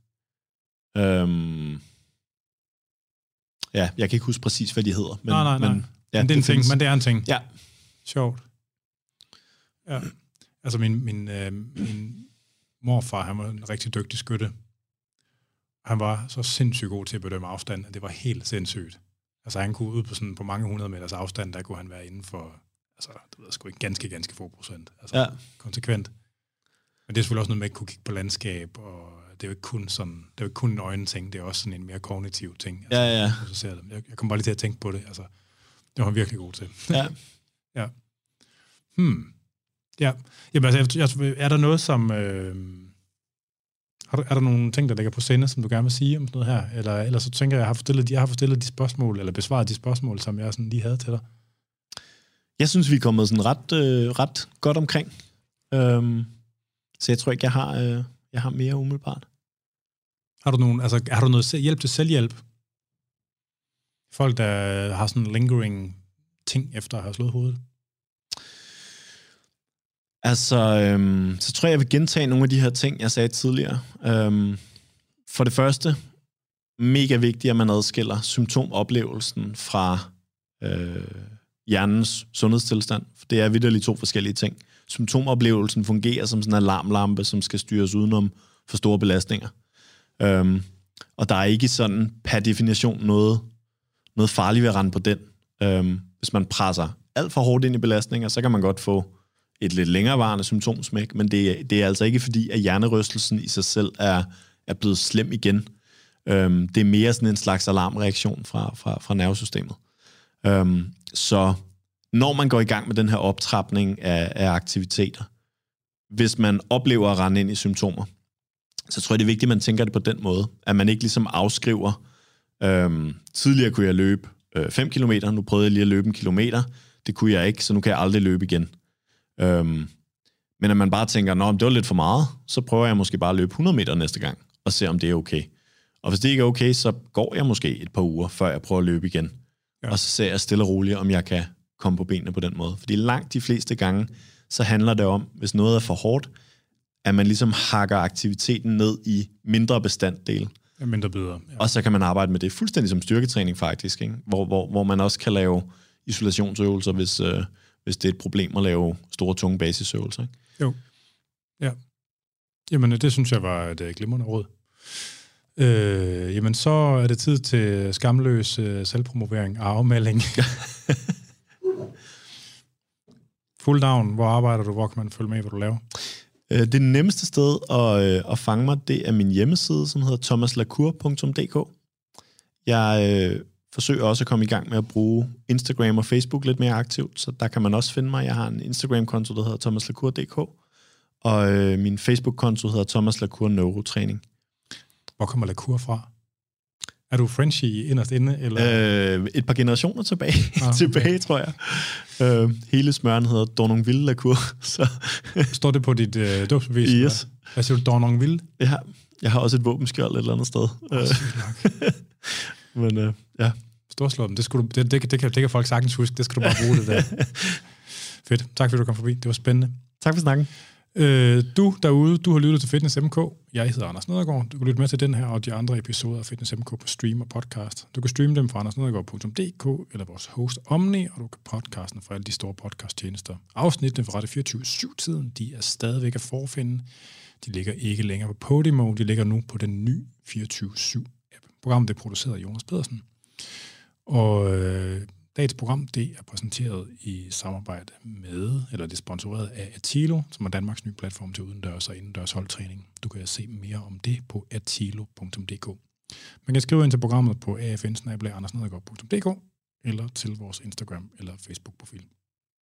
Speaker 2: Jeg kan ikke huske præcis, hvad de hedder. Men,
Speaker 1: nej.
Speaker 2: Men,
Speaker 1: men det er en ting, men det er en ting.
Speaker 2: Ja.
Speaker 1: Sjovt. Ja. Altså min morfar, han var en rigtig dygtig skytte. Han var så sindssygt god til at bedømme afstand, at det var helt sindssygt. Altså han kunne ud på mange 100 meters afstand, der kunne han være inden for, altså det ved sgu ikke, ganske få procent. Altså konsekvent. Men det er selvfølgelig også noget med at kunne kigge på landskab, og det er jo ikke kun sådan, det er jo ikke kun en øjenting, det er også sådan en mere kognitiv ting. Altså, så ser det. Jeg kom bare lige til at tænke på det. Altså, det var han virkelig god til.
Speaker 2: Ja.
Speaker 1: Ja. Ja. Jamen, altså, er der noget, som... Er der nogle ting, der ligger på sinde, som du gerne vil sige om sådan noget her? Eller så tænker jeg, jeg har fået stillet de spørgsmål, eller besvaret de spørgsmål, som jeg sådan lige havde til dig.
Speaker 2: Jeg synes, vi er kommet sådan ret godt omkring. Så jeg tror ikke, jeg har mere umiddelbart.
Speaker 1: Har du noget hjælp til selvhjælp? Folk, der har sådan en lingering ting, efter at have slået hovedet?
Speaker 2: Altså, så tror jeg vil gentage nogle af de her ting, jeg sagde tidligere. For det første, mega vigtigt, at man adskiller symptomoplevelsen fra hjernens sundhedstilstand. For det er vitterligt 2 forskellige ting. Symptomoplevelsen fungerer som sådan en alarmlampe, som skal styres udenom for store belastninger. Og der er ikke sådan per definition noget farligt ved at rende på den. Hvis man presser alt for hårdt ind i belastninger, så kan man godt få et lidt længerevarende symptomsmæk, men det er altså ikke fordi, at hjernerystelsen i sig selv er blevet slem igen. Det er mere sådan en slags alarmreaktion fra nervesystemet. Så når man går i gang med den her optrapning af aktiviteter, hvis man oplever at rende ind i symptomer, så tror jeg, det er vigtigt, at man tænker det på den måde, at man ikke ligesom afskriver, tidligere kunne jeg løbe 5 kilometer, nu prøvede jeg lige at løbe 1 kilometer, det kunne jeg ikke, så nu kan jeg aldrig løbe igen. Men at man bare tænker, nå, det var lidt for meget, så prøver jeg måske bare at løbe 100 meter næste gang, og se om det er okay. Og hvis det ikke er okay, så går jeg måske et par uger, før jeg prøver at løbe igen. Ja. Og så ser jeg stille og roligt, om jeg kan komme på benene på den måde. Fordi langt de fleste gange, så handler det om, hvis noget er for hårdt, at man ligesom hakker aktiviteten ned i mindre bestanddele.
Speaker 1: Ja, mindre bidder. Ja.
Speaker 2: Og så kan man arbejde med det fuldstændig som styrketræning faktisk, ikke? Hvor man også kan lave isolationsøvelser, hvis det er et problem at lave store, tunge basisøvelser. Ikke?
Speaker 1: Jo. Ja. Jamen, det synes jeg var et glimrende råd. Jamen, så er det tid til skamløs selvpromovering og afmelding. Full down, hvor arbejder du? Hvor kan man følge med, hvad du laver?
Speaker 2: Det nemmeste sted at fange mig, det er min hjemmeside, som hedder thomaslacour.dk. Jeg forsøger også at komme i gang med at bruge Instagram og Facebook lidt mere aktivt, så der kan man også finde mig. Jeg har en Instagram-konto, der hedder thomaslacour.dk, og min Facebook-konto hedder Thomas Lacour Neurotræning. Hvor
Speaker 1: kommer Lacour fra? Er du Frenchie inderst inde? Eller?
Speaker 2: Et par generationer tilbage, tror jeg. Hele smøren hedder Dornonville Lacour. Så.
Speaker 1: Står det på dit dåbsbevis?
Speaker 2: Yes.
Speaker 1: Hvad siger du, Dornonville?
Speaker 2: Ja, jeg har også et våbenskjold et eller andet sted. Men ja.
Speaker 1: Storslået. Det kan folk sagtens huske. Det skal du bare bruge det der. Fedt. Tak fordi du kom forbi. Det var spændende.
Speaker 2: Tak for snakken.
Speaker 1: Du derude, du har lyttet til Fitness MK. Jeg hedder Anders Nedergaard. Du kan lytte med til den her og de andre episoder af Fitness MK på stream og podcast. Du kan streame dem fra andersnedergaard.dk eller vores host Omni, og du kan podcasten fra alle de store podcasttjenester. Afsnittene fra Radio 24/7-tiden, de er stadigvæk at forfinde. De ligger ikke længere på Podimo, de ligger nu på den nye 24/7-app. Programmet er produceret af Jonas Pedersen. Og dagens program, det er præsenteret i samarbejde med, eller det er sponsoreret af Atilo, som er Danmarks nye platform til udendørs og indendørs holdtræning. Du kan se mere om det på atilo.dk. Man kan skrive ind til programmet på afn@andersnedergaard.dk eller til vores Instagram eller Facebook-profil.